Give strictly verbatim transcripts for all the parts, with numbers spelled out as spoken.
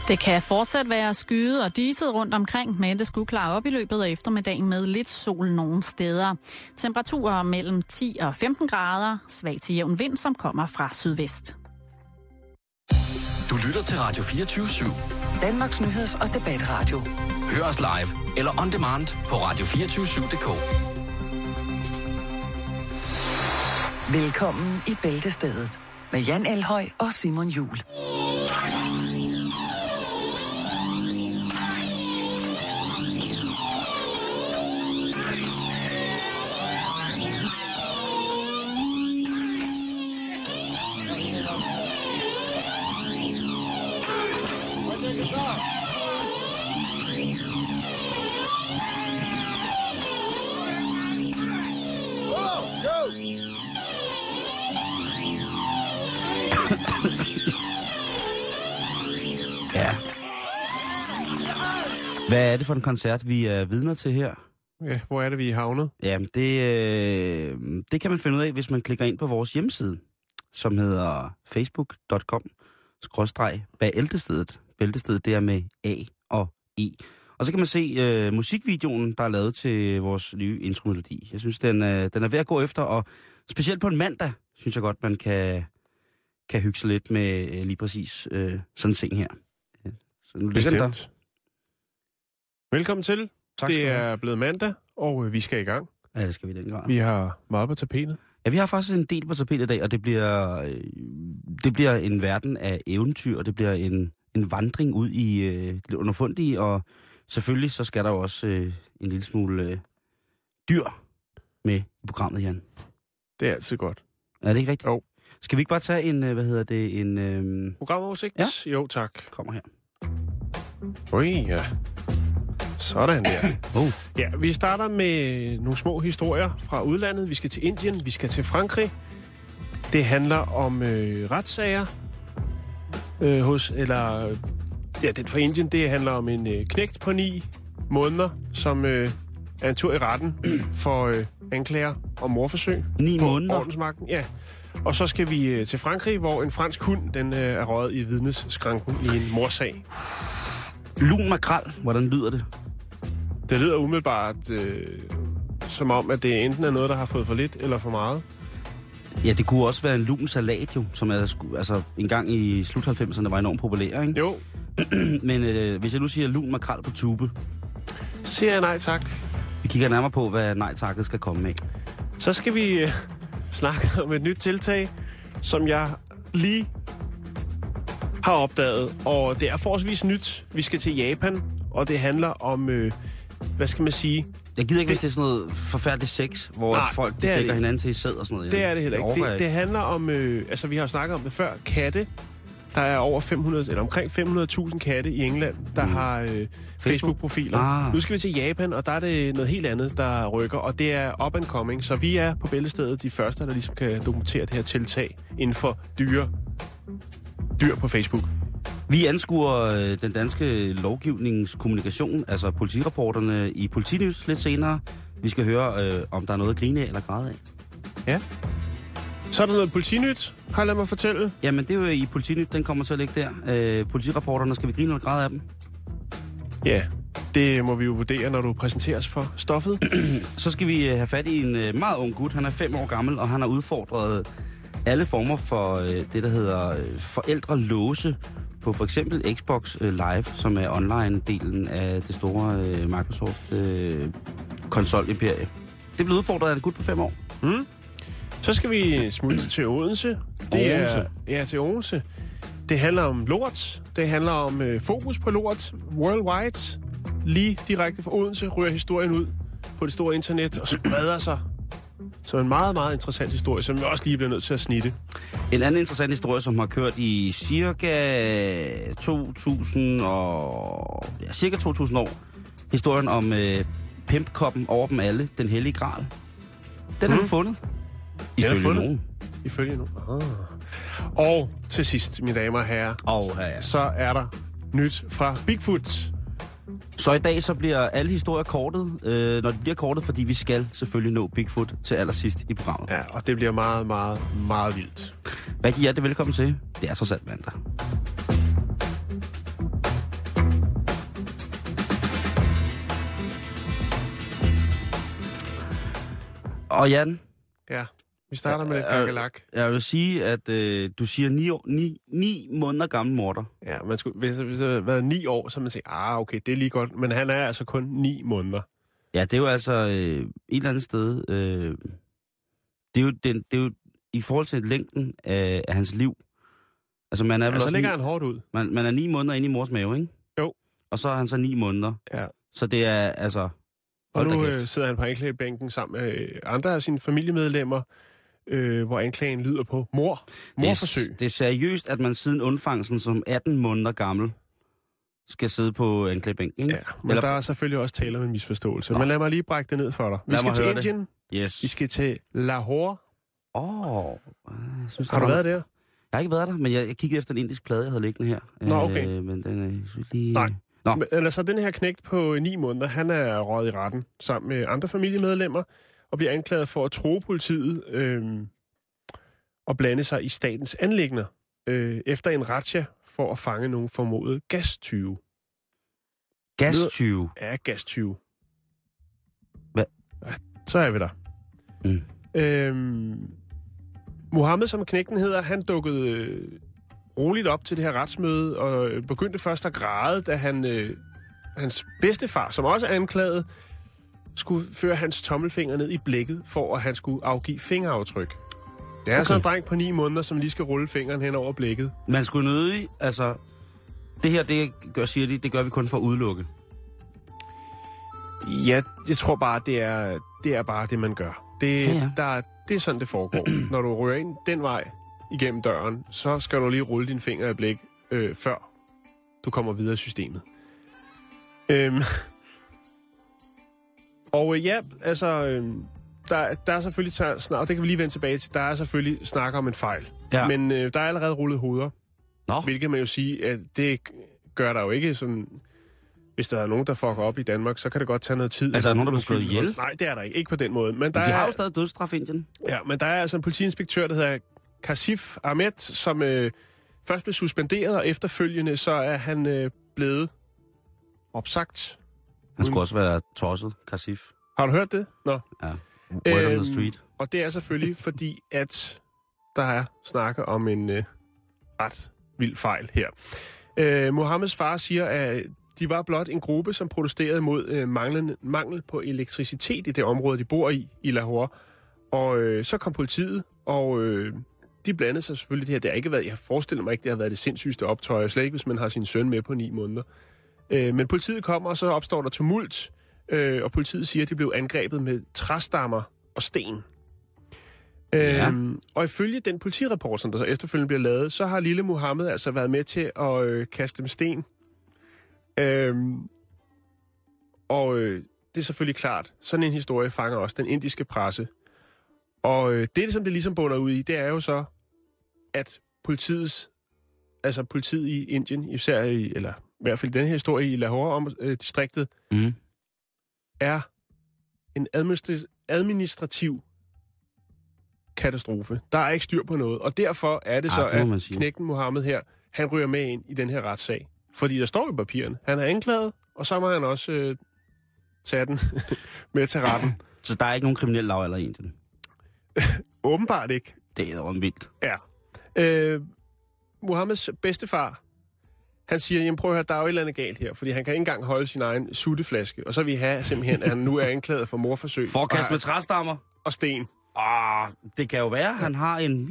Det kan fortsat være skyet og diset rundt omkring, men det skulle klare op i løbet af eftermiddagen med lidt sol nogle steder. Temperaturer mellem ti og femten grader, svag til jævn vind, som kommer fra sydvest. Du lytter til Radio fireogtyve syv. Danmarks nyheds- og debatradio. Hør os live eller on demand på radio to fire syv punktum d k. Velkommen i Bæltestedet med Jan Elhøj og Simon Juhl. Ja. Hvad er det for en koncert, vi er vidner til her? Ja, hvor er det, vi er havnet? Jamen, det, øh, det kan man finde ud af, hvis man klikker ind på vores hjemmeside, som hedder facebook punktum com skråstreg bæltestedet. Bæltestedet, det er med A og E. Og så kan man se øh, musikvideoen, der er lavet til vores nye intromelodi. Jeg synes, den, øh, den er ved at gå efter, og specielt på en mandag, synes jeg godt, man kan, kan hygge sig lidt med øh, lige præcis øh, sådan en ting her. Så nu Bestemt. Velkommen til. Tak det er blevet mandag, og vi skal i gang. Ja, det skal vi i den grad. Vi har meget på tapetet. Ja, vi har faktisk en del på tapetet i dag, og det bliver, øh, det bliver en verden af eventyr, og det bliver en, en vandring ud i øh, det underfundige, og selvfølgelig så skal der jo også øh, en lille smule øh, dyr med i programmet, Jan. Det er altid godt. Er det ikke rigtigt? Jo. Skal vi ikke bare tage en, øh, hvad hedder det, en... Øh... Programoversigt? Ja. Jo, tak. Kommer her. Ui, ja. Sådan der. Oh. Ja, vi starter med nogle små historier fra udlandet. Vi skal til Indien, vi skal til Frankrig. Det handler om øh, retssager øh, hos, eller ja, den fra Indien, det handler om en øh, knægt på ni måneder, som øh, er en tur i retten for øh, anklager om mordforsøg. Ni på måneder? Ordensmagten, ja. Og så skal vi øh, til Frankrig, hvor en fransk hund, den øh, er røget i vidnesskranken i en mordsag. Lun makrel, hvordan lyder det? Det lyder umiddelbart øh, som om, at det enten er noget, der har fået for lidt eller for meget. Ja, det kunne også være en lun salat jo, som er, altså, en gang i slut halvfemserne var enormt populær, ikke? Jo. Men øh, hvis jeg nu siger lun makrel på tube, Så siger jeg nej tak. vi kigger nærmere på, hvad nej takket skal komme med. Så skal vi øh, snakke om et nyt tiltag, som jeg lige har opdaget. Og det er forholdsvis nyt. Vi skal til Japan, og det handler om, øh, hvad skal man sige... Jeg gider ikke, Det- hvis det er sådan noget forfærdeligt sex, hvor Nej, folk det de er det dækker ikke. hinanden til i sæd og sådan noget. Det er det heller ikke. overvejer Det, det handler om, øh, altså vi har jo snakket om det før, katte. Der er over fem hundrede, eller omkring fem hundrede tusind katte i England, der mm. har øh, Facebook-profiler. Ah. Nu skal vi til Japan, og der er det noget helt andet, der rykker, og det er up and coming. Så vi er på Bæltestedet de første, der ligesom kan dokumentere det her tiltag inden for dyr, dyr på Facebook. Vi anskuer øh, den danske lovgivningens kommunikation, altså politirapporterne i Politinews lidt senere. Vi skal høre, øh, om der er noget at grine af eller græde af. Ja. Så er der noget politinyt, har jeg ladet mig fortælle. Jamen, det er jo i Politinyt, den kommer til at ligge der. Øh, politirapporterne, skal vi grine eller græde af dem? Ja, det må vi jo vurdere, når du præsenteres for stoffet. Så skal vi øh, have fat i en øh, meget ung gut. Han er fem år gammel, og han har udfordret alle former for øh, det, der hedder øh, forældrelåse på for eksempel Xbox øh, Live, som er online-delen af det store øh, Microsoft øh, konsol-imperie. Det blev udfordret af en gut på fem år. Mm. Så skal vi smutte til Odense. Det er, Odense? ja, til Odense. Det handler om lort. Det handler om øh, fokus på lort worldwide. Lige direkte fra Odense ryger historien ud på det store internet og spreder sig. Så en meget, meget interessant historie, som vi også lige bliver nødt til at snitte. En anden interessant historie, som har kørt i cirka to tusind og ja, cirka to tusind år. Historien om øh, pimpkoppen over dem alle, den hellige gral. Den mm. har vi fundet. Den er Ifølge fundet. nogen. Ifølge nogen. Ah. Og til sidst, mine damer og herrer, Og ja, ja. så er der nyt fra Bigfoot. Så i dag så bliver alle historier kortet, øh, når det bliver kortet, fordi vi skal selvfølgelig nå Bigfoot til allersidst i programmet. Ja, og det bliver meget, meget, meget vildt. Rigtig hjertelig velkommen til. Det er trods alt mandag. Og Jan? Ja, vi starter med lidt kakelak. Jeg vil sige, at øh, du siger ni, år, ni, ni måneder gammel morter. Ja, man skulle, hvis, hvis det havde været ni år, så man sige, ah, okay, det er lige godt. Men han er altså kun ni måneder. Ja, det er jo altså øh, et eller andet sted... Øh, det, er jo, det, det er jo i forhold til længden af, af hans liv. Altså, man er vel ja, så også ligger ni, han hårdt ud. Man, man er ni måneder inde i mors mave, ikke? Jo. Og så er han så ni måneder. Ja. Så det er altså... Og nu øh, sidder han på anklagebænken sammen med øh, andre af sine familiemedlemmer, øh, hvor anklagen lyder på mor. Morforsøg. Det, det er seriøst, at man siden undfangelsen som atten måneder gammel skal sidde på anklagebænken, ikke? Ja, men Eller... der er selvfølgelig også tale om en misforståelse. Nå. Men lad mig lige brække det ned for dig. Vi lad skal til Indien. Det. Yes. Vi skal til Lahore. Åh. Oh, synes, har du var... været der? Jeg har ikke været der, men jeg, jeg kiggede efter en indisk plade, jeg havde liggende her. Nå, okay. Øh, men den er lige... Nej. Nå. Men altså, den her knægt på ni måneder, han er røget i retten sammen med andre familiemedlemmer og bliver anklaget for at true politiet øh, og blande sig i statens anliggender øh, efter en razzia for at fange nogle formodede gastyve. Gastyve? Ja, gastyve. Hvad? Ja, så er vi der. Mm. Øhm, Mohammed, som knægten hedder, han dukkede øh, roligt op til det her retsmøde og øh, begyndte først at græde, da han, øh, hans bedstefar, som også er anklaget, skulle føre hans tommelfinger ned i blækket, for at han skulle afgive fingeraftryk. Det er okay. Altså en dreng på ni måneder, som lige skal rulle fingeren hen over blækket. Man skulle nødig, altså... Det her, det gør, siger de, det gør vi kun for at udelukke. Ja, jeg tror bare, det er, det er bare det, man gør. Det, ja, ja. Der, det er sådan, det foregår. Når du rører ind den vej igennem døren, så skal du lige rulle dine fingre i blæk, øh, før du kommer videre i systemet. Øhm. Og øh, ja, altså, øh, der, der er selvfølgelig snart, og det kan vi lige vende tilbage til, der er selvfølgelig snak om en fejl. Ja. Men øh, der er allerede rullet hoveder. Nå. Hvilket man jo sige, at det gør der jo ikke sådan... Hvis der er nogen, der fucker op i Danmark, så kan det godt tage noget tid. Altså, er der nogen, der bliver slået ihjel? Nej, det er der ikke. Ikke på den måde. Men der de har er, jo stadig dødsstraf i Indien. Ja, men der er altså en politiinspektør, der hedder Kasif Ahmed, som øh, først blev suspenderet, og efterfølgende så er han øh, blevet opsagt. Han skulle også være tosset, Kasif. Har du hørt det? Nå. Ja. Word øhm, on the street. Og det er selvfølgelig fordi, at der er snakke om en øh, ret vild fejl her. Øh, Mohammeds far siger, at de var blot en gruppe, som protesterede mod øh, manglen, mangel på elektricitet i det område, de bor i, i Lahore. Og øh, så kom politiet, og øh, de blandede sig selvfølgelig det her. Det har ikke været, jeg forestiller mig ikke, det har været det sindssygste optøj, slet ikke, hvis man har sin søn med på ni måneder. Øh, men politiet kommer, og så opstår der tumult, øh, og politiet siger, at de blev angrebet med træstammer og sten. Ja. Øhm, og ifølge den politirapport, som der så efterfølgende bliver lavet, så har lille Mohammed altså været med til at øh, kaste dem sten. Øhm, og øh, det er selvfølgelig klart, sådan en historie fanger også den indiske presse. Og øh, det, som det ligesom bunder ud i, det er jo så, at politiets, altså politiet i Indien, især i, eller i hvert fald den her historie i Lahore-distriktet, mm. er en administ- administrativ katastrofe. Der er ikke styr på noget, og derfor er det så, ah, det at knægten Mohammed her, han ryger med ind i den her retssag. Fordi der står i papirerne. Han er anklaget, og så må han også øh, tage den med til retten. Så der er ikke nogen kriminel lavalder i Indien? Åbenbart ikke. Det er jo vildt. Ja. Øh, Mohammeds bedstefar, han siger, jamen prøv at høre, der er jo et eller andet galt her, fordi han kan ikke engang holde sin egen sutteflaske, og så vil I have simpelthen, at han nu er anklaget for mordforsøg. Forkast med træstammer. Og sten. Ah, det kan jo være, at han har en...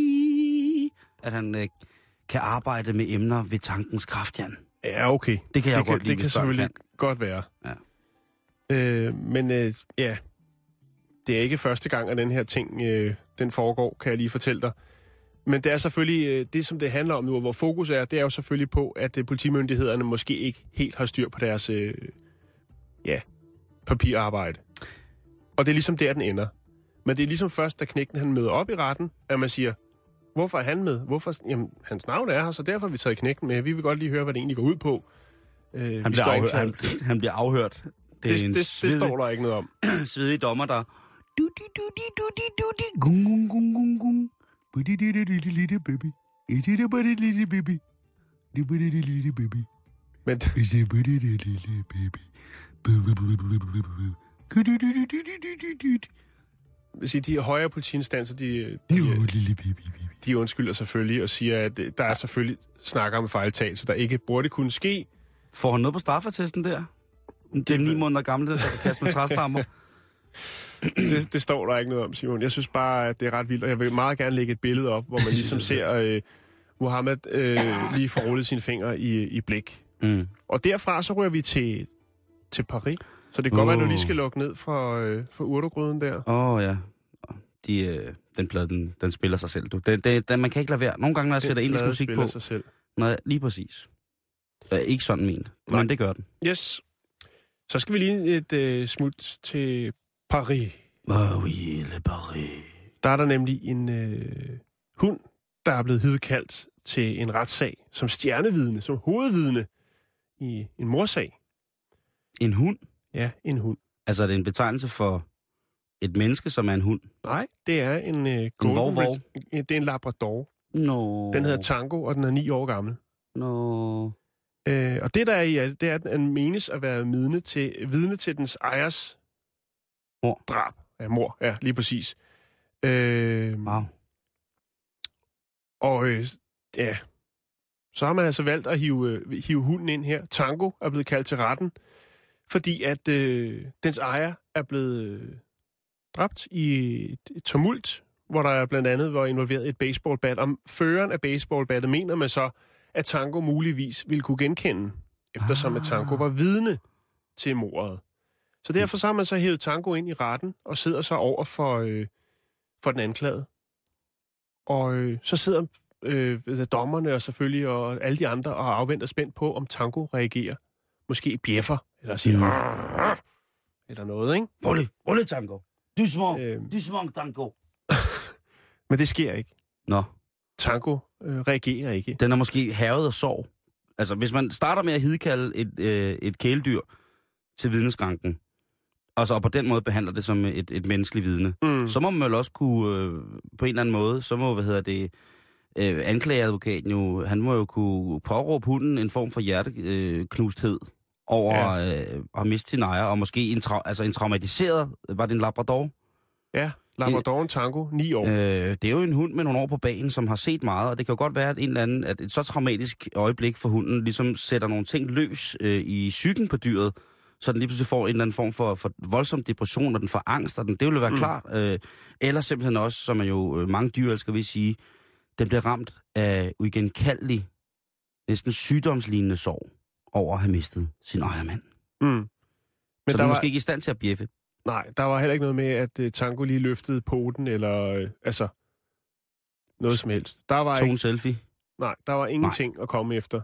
At han øh, kan arbejde med emner ved tankens kraft, Jan. Ja, okay. Det kan jeg det godt kan, lide, det kan selvfølgelig kan. godt være. Ja. Øh, men øh, ja, det er ikke første gang, at den her ting, øh, den foregår, kan jeg lige fortælle dig. Men det er selvfølgelig, øh, det som det handler om nu, og hvor fokus er, det er jo selvfølgelig på, at øh, politimyndighederne måske ikke helt har styr på deres øh, ja, papirarbejde. Og det er ligesom der, den ender. Men det er ligesom først, da knægten han møder op i retten, at man siger, hvorfor er han med? Hvorfor? Jamen, hans navn er her, så derfor har vi taget knægten med. Vi vil godt lige høre, hvad det egentlig går ud på. Øh, han, bliver afhørt, han, han bliver afhørt. Det, det, det, det, svedig, det står der ikke noget om. Svedig dommer, der... Du-di, du-di, du-di, du-di, gung, gung, gung, gung, gung. Bu-di-di-di-di-di-di, baby. Is-di-di-di-di-di, baby. Di-di-di-di-di, baby. Men... Is-di-di-di-di-di, baby. vil sige, de højere politiinstanser, de, de, de undskylder selvfølgelig og siger, at der er selvfølgelig snakker om fejltagelse, der ikke burde kunne ske. Får han noget på straffetesten der? Det er ni måneder gamle, der kan kaste med træstammer. det, det står der ikke noget om, Simon. Jeg synes bare, at det er ret vildt, og jeg vil meget gerne lægge et billede op, hvor man ligesom ser øh, Mohammed øh, lige få rullet sine fingre i, i blik. Mm. Og derfra så rører vi til, til Paris. Så det kan godt uh. være, at du lige skal lukke ned for, øh, for urtegryden der. Åh oh, ja. De, øh, den plade, den, den spiller sig selv. Du. Den, den, den, man kan ikke lade være. Nogle gange, når jeg den sætter indisk musik på... sig selv. Nej, lige præcis. Øh, ikke sådan ment, Nej. men det gør den. Yes. Så skal vi lige et øh, smut til Paris. Oh, oui, le Paris. Der er der nemlig en øh, hund, der er blevet hidkaldt til en retssag som stjernevidne, som hovedvidne i en mordsag. En hund? Ja, en hund. Altså er det en betegnelse for et menneske, som er en hund? Nej, det er en... Øh, golden vov-vov? Det er en labrador. No. Den hedder Tango, og den er ni år gammel. No. Øh, og det der er i, det er, at den menes at være vidne til, vidne til dens ejers mor. drab. Ja, mor, ja, lige præcis. Øh, wow. Og øh, ja, så har man altså valgt at hive, hive hunden ind her. Tango er blevet kaldt til retten, fordi at øh, dens ejer er blevet øh, dræbt i et, et tumult, hvor der blandt andet var involveret et baseballbat. Om føreren af baseballbattet mener man så, at Tango muligvis ville kunne genkende, eftersom ah. at Tango var vidne til mordet. Så derfor så har man så hævet Tango ind i retten og sidder så over for, øh, for den anklagede. Og øh, så sidder øh, dommerne og selvfølgelig og alle de andre og afventer spændt på, om Tango reagerer. Måske bjeffer, eller siger mm. eller noget, ikke? Rolig, rolig Tango. Du små, øh, du små Tango. Men det sker ikke. Nå. Tango øh, reagerer ikke. Den er måske hærget af sorg. Altså, hvis man starter med at hidkalde et, øh, et kæledyr til vidneskranken, og så på den måde behandler det som et, et menneskeligt vidne, mm. så må man vel også kunne, øh, på en eller anden måde, så må, hvad hedder det, øh, anklageadvokaten jo, han må jo kunne påråbe hunden en form for hjerteknusthed øh, over ja. øh, at miste sin ejer, og måske en, tra- altså en traumatiseret, var det en labrador? Ja, labradoren Tango, ni år. Øh, det er jo en hund med nogle år på banen, som har set meget, og det kan jo godt være, at, en eller anden, at et så traumatisk øjeblik for hunden ligesom sætter nogle ting løs øh, i psyken på dyret, så den lige pludselig får en eller anden form for, for voldsom depression, og den får angst, og den, det vil jo være mm. klar. Øh, eller simpelthen også, som man jo øh, mange dyr skal vi sige, den bliver ramt af uigenkaldelig, næsten sygdomslignende sorg over at have mistet sin ejermand. Mm. Men så der den er måske var... ikke i stand til at bjeffe. Nej, der var heller ikke noget med, at uh, Tango lige løftede poten, eller uh, altså noget som helst. Der var Tog en ikke... selfie? Nej, der var ingenting Nej. at komme efter.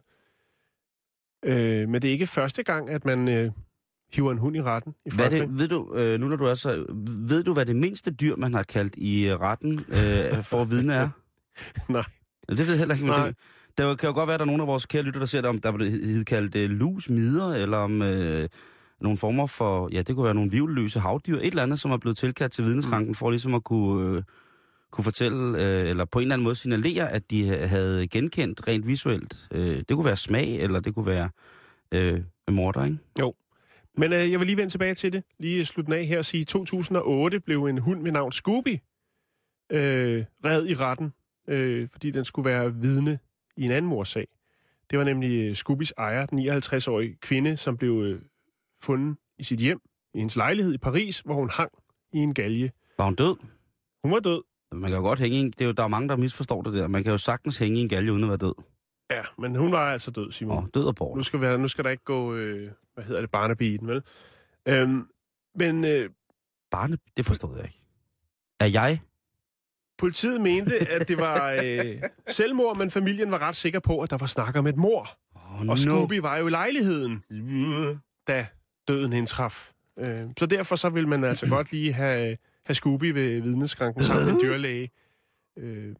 Uh, men det er ikke første gang, at man uh, hiver en hund i retten i Frankrig. Hvad det, ved du, uh, nu når du er så... Ved du, hvad det mindste dyr, man har kaldt i retten uh, for at vidne er? Nej. Det ved jeg heller ikke. Nej. Det, der kan jo godt være, at der er nogle af vores kære lytter, der ser det, om der blev kaldt uh, lus, mider, eller om... Uh, nogle former for, ja, det kunne være nogle livløse havdyr, et eller andet, som er blevet tilkaldt til vidneskranken, for ligesom at kunne, øh, kunne fortælle, øh, eller på en eller anden måde signalere, at de havde genkendt rent visuelt. Øh, det kunne være smag, eller det kunne være øh, morder, ikke? Jo. Men øh, jeg vil lige vende tilbage til det. Lige slutte af her og sige, i to tusind og otte blev en hund med navn Scooby øh, reddet i retten, øh, fordi den skulle være vidne i en anden mordsag. Det var nemlig Scoobys ejer, den nioghalvtreds-årige kvinde, som blev... Øh, fundet i sit hjem, i hendes lejlighed i Paris, hvor hun hang i en galge. Var hun død? Hun var død. Man kan jo godt hænge i en... Det er jo, der er mange, der misforstår det der. Man kan jo sagtens hænge i en galge, uden at være død. Ja, men hun var altså død, Simon. Åh, død og bort. Nu skal, være, nu skal der ikke gå, øh, hvad hedder det, Barnaby i den, vel? Øhm, men... Øh, Barnaby? Det forstod jeg ikke. Er jeg? Politiet mente, at det var øh, selvmord, men familien var ret sikker på, at der var snak om et mord. Oh, og Scooby no. var jo i lejligheden, da døden indtraf. Øh, så derfor så vil man altså godt lige have, have Scooby ved vidneskranken sammen med en dyrlæge. Øh,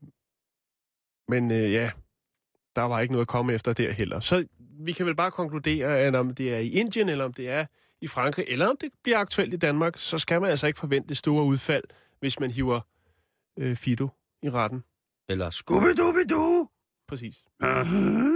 men øh, ja, der var ikke noget at komme efter der heller. Så vi kan vel bare konkludere, at om det er i Indien, eller om det er i Frankrig, eller om det bliver aktuelt i Danmark, så skal man altså ikke forvente det store udfald, hvis man hiver øh, Fido i retten. Eller Scooby-Dooby-Doo! Præcis. Uh-huh.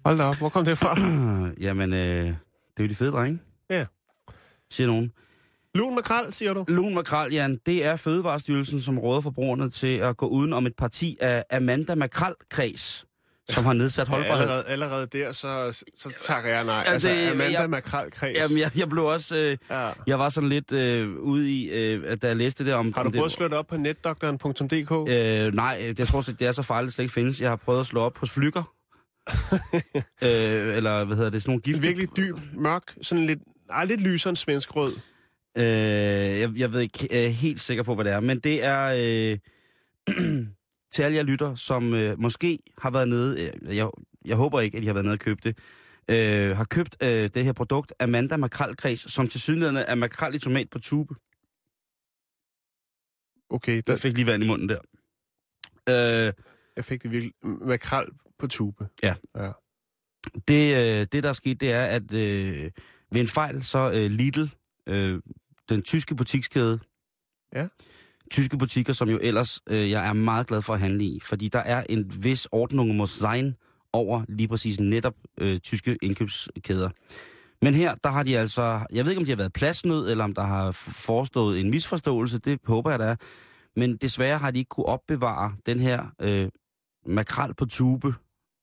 Hold da op, hvor kom det fra? Jamen, øh, det er jo de fede drenge. Ja. Siger nogen. Lun makrel, siger du? Lun makrel, Jan, det er Fødevarestyrelsen, som råder forbrugerne til at gå uden om et parti af Amanda Makrel-kreds, som har nedsat holdbarhed. Ja, allerede, allerede der, så, så takker jeg nej. Ja, altså, det, Amanda jeg, Makrel-kreds. Jamen, jeg, jeg blev også... Øh, ja. Jeg var sådan lidt øh, ude i, øh, da jeg læste det om... Har du om prøvet det, at slå det op på netdoktoren punktum d k? Øh, nej, jeg tror det er så farligt, det slet ikke findes. Jeg har prøvet at slå op hos Flygger. øh, eller hvad hedder det? Sådan nogle gifte... Virkelig dyb, mørk, sådan lidt... Ej, lidt lysere end svensk rød. Øh, jeg, jeg ved ikke jeg er helt sikker på, hvad det er, men det er øh, til alle jer lytter, som øh, måske har været nede, øh, jeg, jeg håber ikke, at I har været nede og købt det, øh, har købt øh, det her produkt, Amanda Makrel-kreds, som tilsyneladende er makrel i tomat på tube. Okay. Der fik lige vand i munden der. Øh, jeg fik det virkelig makrel på tube. Ja. ja. Det, øh, det, der er sket, det er, at øh, ved en fejl, så øh, Lidl, øh, den tyske butikskæde, ja. tyske butikker, som jo ellers øh, jeg er meget glad for at handle i, fordi der er en vis ordning mod sein over lige præcis netop øh, tyske indkøbskæder. Men her, der har de altså, jeg ved ikke, om de har været pladsnød, eller om der har forestået en misforståelse, det håber jeg, der er. Men desværre har de ikke kunne opbevare den her øh, makrel på tube.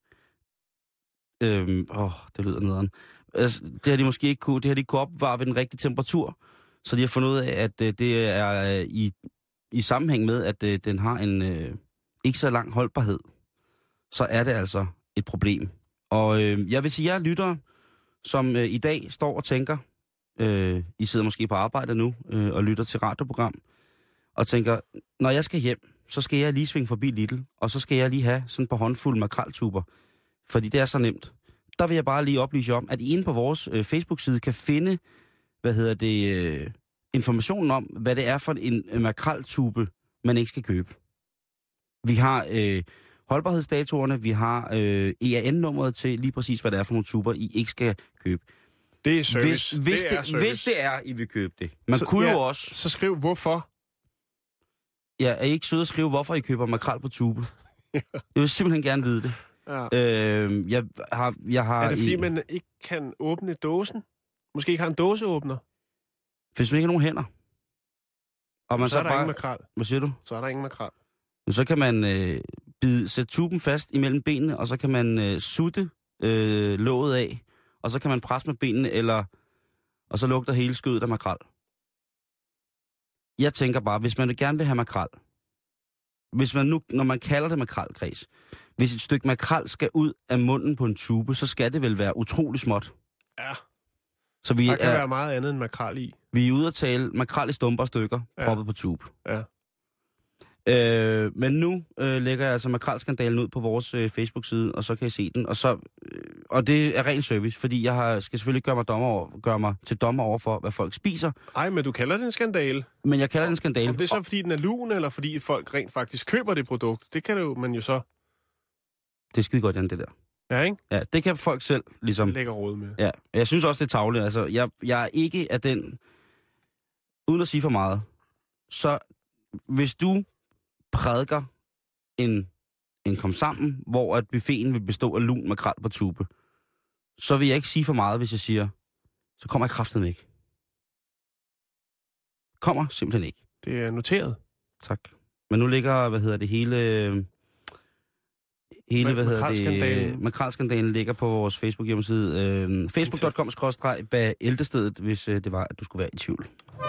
Øhm, åh, det lyder nederen. Altså, det har de måske ikke kunne, det har de ikke kunne opbevare ved den rigtige temperatur. Så de har fundet ud af, at øh, det er øh, i, i sammenhæng med, at øh, den har en øh, ikke så lang holdbarhed. Så er det altså et problem. Og øh, jeg vil sige, jeg lytter, som øh, i dag står og tænker, øh, I sidder måske på arbejde nu øh, og lytter til radioprogram, og tænker, når jeg skal hjem, så skal jeg lige svinge forbi Lidl, og så skal jeg lige have sådan et par håndfulde makreltuber. Fordi det er så nemt. Der vil jeg bare lige oplyse om, at I inde på vores øh, Facebook-side kan finde, hvad hedder det, øh, informationen om, hvad det er for en øh, makreltube, man ikke skal købe. Vi har øh, holdbarhedsdatoerne, vi har øh, E A N-nummeret til lige præcis, hvad det er for nogle tuber, I ikke skal købe. Det er service. Hvis, hvis, det, det, er service. hvis det er, I vil købe det. Man så, kunne ja, jo også... Så skriv hvorfor. Ja, er I ikke søde at skrive, hvorfor I køber makrel på tube? Jeg vil simpelthen gerne vide det. Ja. Øh, jeg har, jeg har er det fordi, i, man ikke kan åbne dåsen? Måske ikke har en dåseåbner? Hvis man ikke har nogen hænder. Og man så, så er der bare, ingen makrel. Hvad siger du? Så er der ingen makrel. Så kan man øh, bide, sætte tuben fast imellem benene, og så kan man øh, sutte øh, låget af, og så kan man presse med benene, eller, og så lugter hele skødet af makrel. Jeg tænker bare, hvis man gerne vil have makrel, hvis man nu, når man kalder det makrelkreds, hvis et stykke makrel skal ud af munden på en tube, så skal det vel være utrolig småt. Ja. Så vi der kan er, være meget andet end makrel i. Vi er ude at tale makrel i stumper stykker, ja. Proppet på tube. Ja. Øh, men nu øh, lægger jeg altså makrelskandalen ud på vores øh, Facebook-side, og så kan I se den. Og, så, øh, og det er ren service, fordi jeg har, skal selvfølgelig gøre mig, dommer over, gøre mig til dommer over for, hvad folk spiser. Ej, men du kalder det en skandale. Men jeg kalder det en skandale. Om det er så, fordi den er lun, eller fordi folk rent faktisk køber det produkt, det kan det jo, man jo så... Det er skide godt, Jan, det der. Ja, ikke? Ja, det kan folk selv ligesom... Lægger råd med. Ja, jeg synes også, det er tarveligt. Altså, jeg, jeg er ikke af den... Uden at sige for meget, så hvis du prædiker en, en kom sammen, hvor at buffeten vil bestå af lun makrel på tube, så vil jeg ikke sige for meget, hvis jeg siger, så kommer jeg kraftedeme ikke. Kommer simpelthen ikke. Det er noteret. Tak. Men nu ligger, hvad hedder det, hele... Hele, hvad hedder det, makrelskandalen ligger på vores Facebook-hjemmeside. Øh, facebook punktum com skråstreg bag Æltestedet, hvis øh, det var, at du skulle være i tvivl.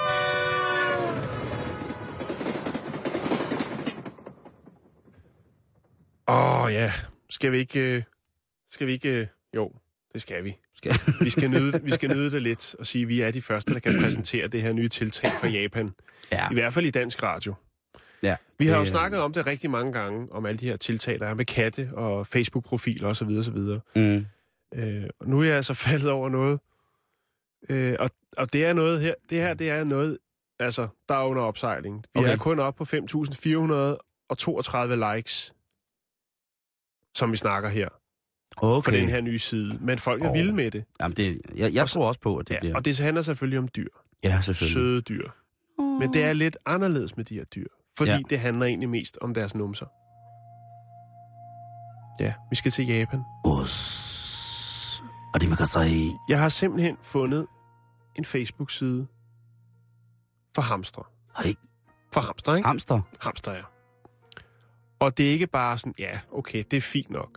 Åh oh, ja, skal vi ikke... Øh, skal vi ikke... Øh, jo, det skal vi. Skal. vi, skal nyde, vi skal nyde det lidt og sige, at vi er de første, der kan præsentere det her nye tiltag fra Japan. Ja. I hvert fald i dansk radio. Ja, vi har jo snakket om det rigtig mange gange, om alle de her tiltag, der er med katte og Facebook-profiler osv. osv. Mm. Øh, og nu er jeg altså faldet over noget. Øh, og, og det er noget her, det her, det er noget, altså, der er under opsejling. Vi okay. er kun oppe på fem tusind fire hundrede og toogtredive likes, som vi snakker her. Okay. For den her nye side. Men folk er oh. vilde med det. Jamen, det jeg, jeg tror også på, at det ja, bliver... Og det handler selvfølgelig om dyr. Ja, selvfølgelig. Søde dyr. Oh. Men det er lidt anderledes med de her dyr. Fordi ja. det handler egentlig mest om deres numser. Ja, vi skal til Japan. Us. Og det man kan sige... Jeg har simpelthen fundet en Facebook-side for hamstre. Hej. For hamster, ikke? Hamster. Hamster, ja. Og det er ikke bare sådan, ja, okay, det er fint nok.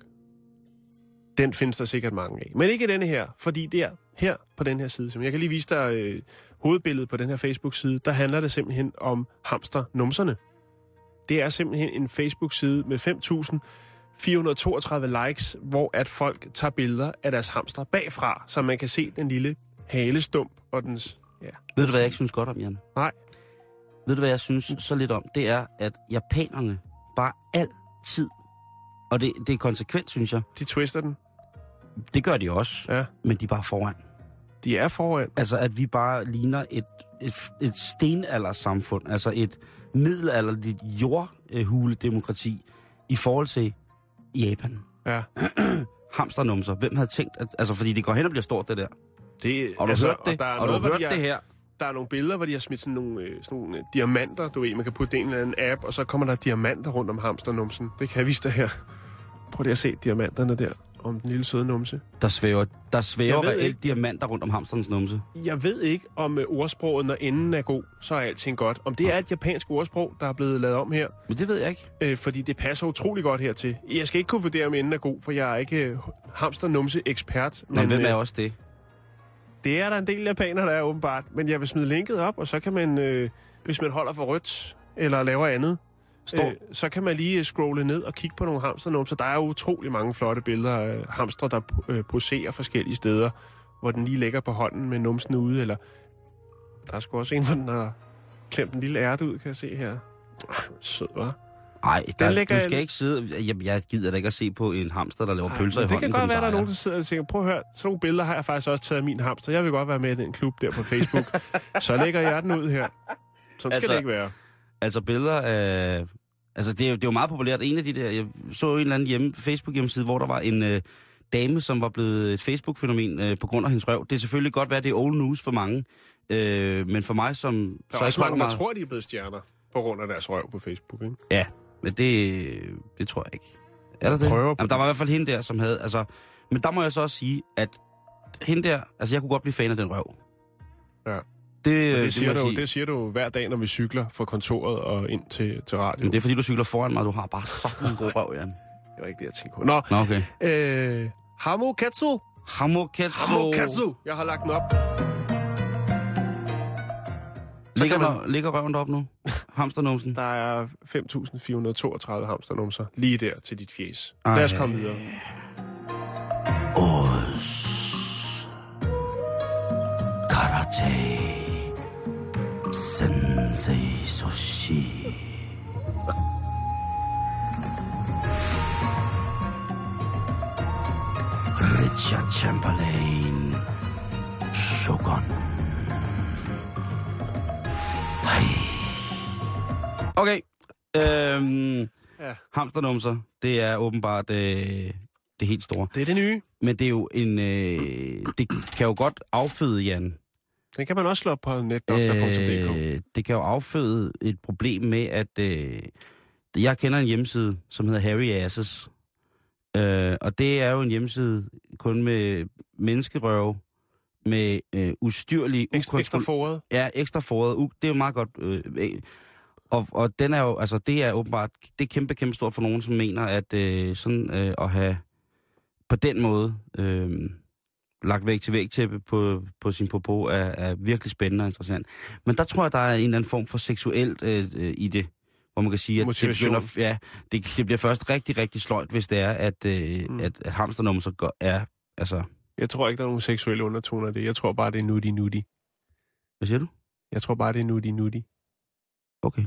Den findes der sikkert mange af. Men ikke denne her, fordi der, her på den her side, som jeg kan lige vise dig øh, hovedbilledet på den her Facebook-side, der handler det simpelthen om hamsternumserne. Det er simpelthen en Facebook-side med fem tusind fire hundrede og toogtredive likes, hvor at folk tager billeder af deres hamster bagfra, så man kan se den lille halestump og dens... Ja. Ved du, hvad jeg ikke synes godt om, Jan? Nej. Ved du, hvad jeg synes så lidt om? Det er, at japanerne bare altid, og det, det er konsekvent, synes jeg. De twister den. Det gør de også, Ja. men de er bare foran. De er foran. Altså, at vi bare ligner et, et, et stenaldersamfund, altså et middelalderligt jordhuledemokrati i forhold til Japan. Ja. Hamsternumser. Hvem havde tænkt, at, altså, fordi det går hen og bliver stort, det der. Det, Og du altså, hørt det? Og, og du har hørt de har, det her? Der er nogle billeder, hvor de har smidt sådan nogle, øh, sådan nogle øh, diamanter, du ved, man kan putte en eller anden app, og så kommer der diamanter rundt om hamsternumsen. Det kan jeg vise dig her. Prøv lige at se diamanterne der, om den lille søde numse. Der svæver, der svæver reelt ikke. diamanter rundt om hamsterens numse. Jeg ved ikke, om øh, ordsproget, når enden er god, så er alting godt. Om det er et japansk ordsprog, der er blevet lavet om her. Men det ved jeg ikke. Øh, fordi det passer utrolig godt hertil. Jeg skal ikke kunne vurdere, om enden er god, for jeg er ikke øh, hamsternumse-ekspert. Men, men hvem er øh, også det? Det er der en del japanere, der er åbenbart. Men jeg vil smide linket op, og så kan man, øh, hvis man holder for rødt, eller laver andet, øh, så kan man lige scrolle ned og kigge på nogle hamsternumser. Der er utrolig mange flotte billeder af hamstre, der øh, poserer forskellige steder, hvor den lige ligger på hånden med numsen ude, eller der er sgu også en, hvor den har klemt en lille ærte ud, kan jeg se her. Sød, hva'? Nej, du skal jeg... ikke sidde... Jeg, jeg gider da ikke at se på en hamster, der laver Ej, pølser i hånden. Det kan godt være, der er nogen, der sidder og tænker, prøv at høre, sådan nogle billeder har jeg faktisk også taget af min hamster. Jeg vil godt være med i den klub der på Facebook. Så lægger jeg den ud her. Sådan altså, skal det ikke være. Altså billeder af... Altså det er, jo, det er jo meget populært. En af de der... Jeg så en eller anden hjemme, Facebook-hjemmeside, hvor der var en øh, dame, som var blevet et Facebook-fænomen øh, på grund af hendes røv. Det er selvfølgelig godt være, det er old news for mange. Øh, men for mig som... Der er også mange, der tror, de er blevet stjerner på grund af deres røv på Facebook, ikke? Ja. Men det, det tror jeg ikke. Er der det? Jamen, der var i hvert fald hende der, som havde... Altså, men der må jeg så også sige, at hende der... Altså, jeg kunne godt blive fan af den røv. Ja. Det, det, det, siger du, det siger du hver dag, når vi cykler fra kontoret og ind til, til radio. Men det er, fordi du cykler foran mig, og du har bare sådan en god røv, Jan. Det var ikke det, jeg tænkte på. Nå, Nå okay. Øh, Hamokatsu. Hamokatsu. Hamokatsu. Jeg har lagt den op. Ligger, man... ligger røven deroppe nu? Hamsternumsen? Der er fem tusind fire hundrede og toogtredive hamsternumser lige der til dit fjes. Ej. Lad os komme videre. Os. Karate. Sensei sushi. Richard Chamberlain. Shogun. Okay. Øhm, ja. Hamsternumser, det er åbenbart øh, det helt store. Det er det nye. Men det er jo en... Øh, det kan jo godt afføde, Jan. Det kan man også slå op på netdoktor punktum d k. Øh, det kan jo afføde et problem med, at... Øh, jeg kender en hjemmeside, som hedder Harry Asses. Øh, og det er jo en hjemmeside kun med menneskerøve, med øh, ustyrlig... Ekstra, ekstra foret. Ja, ekstra foret. Uh, det er jo meget godt... Øh, og, og den er jo... Altså, det er åbenbart... Det er kæmpe, kæmpe stort for nogen, som mener, at øh, sådan øh, at have på den måde øh, lagt væg til væg tæppe på, på sin popo er, er virkelig spændende og interessant. Men der tror jeg, der er en eller anden form for seksuelt øh, øh, i det. Hvor man kan sige, at det, begynder, ja, det, det bliver først rigtig, rigtig sløjt, hvis det er, at, øh, mm. at, at hamsternumser er... Altså, jeg tror ikke, der er nogen seksuelle undertoner af det. Jeg tror bare, det er nutty-nutty. Hvad siger du? Jeg tror bare, det er nutty-nutty. Okay.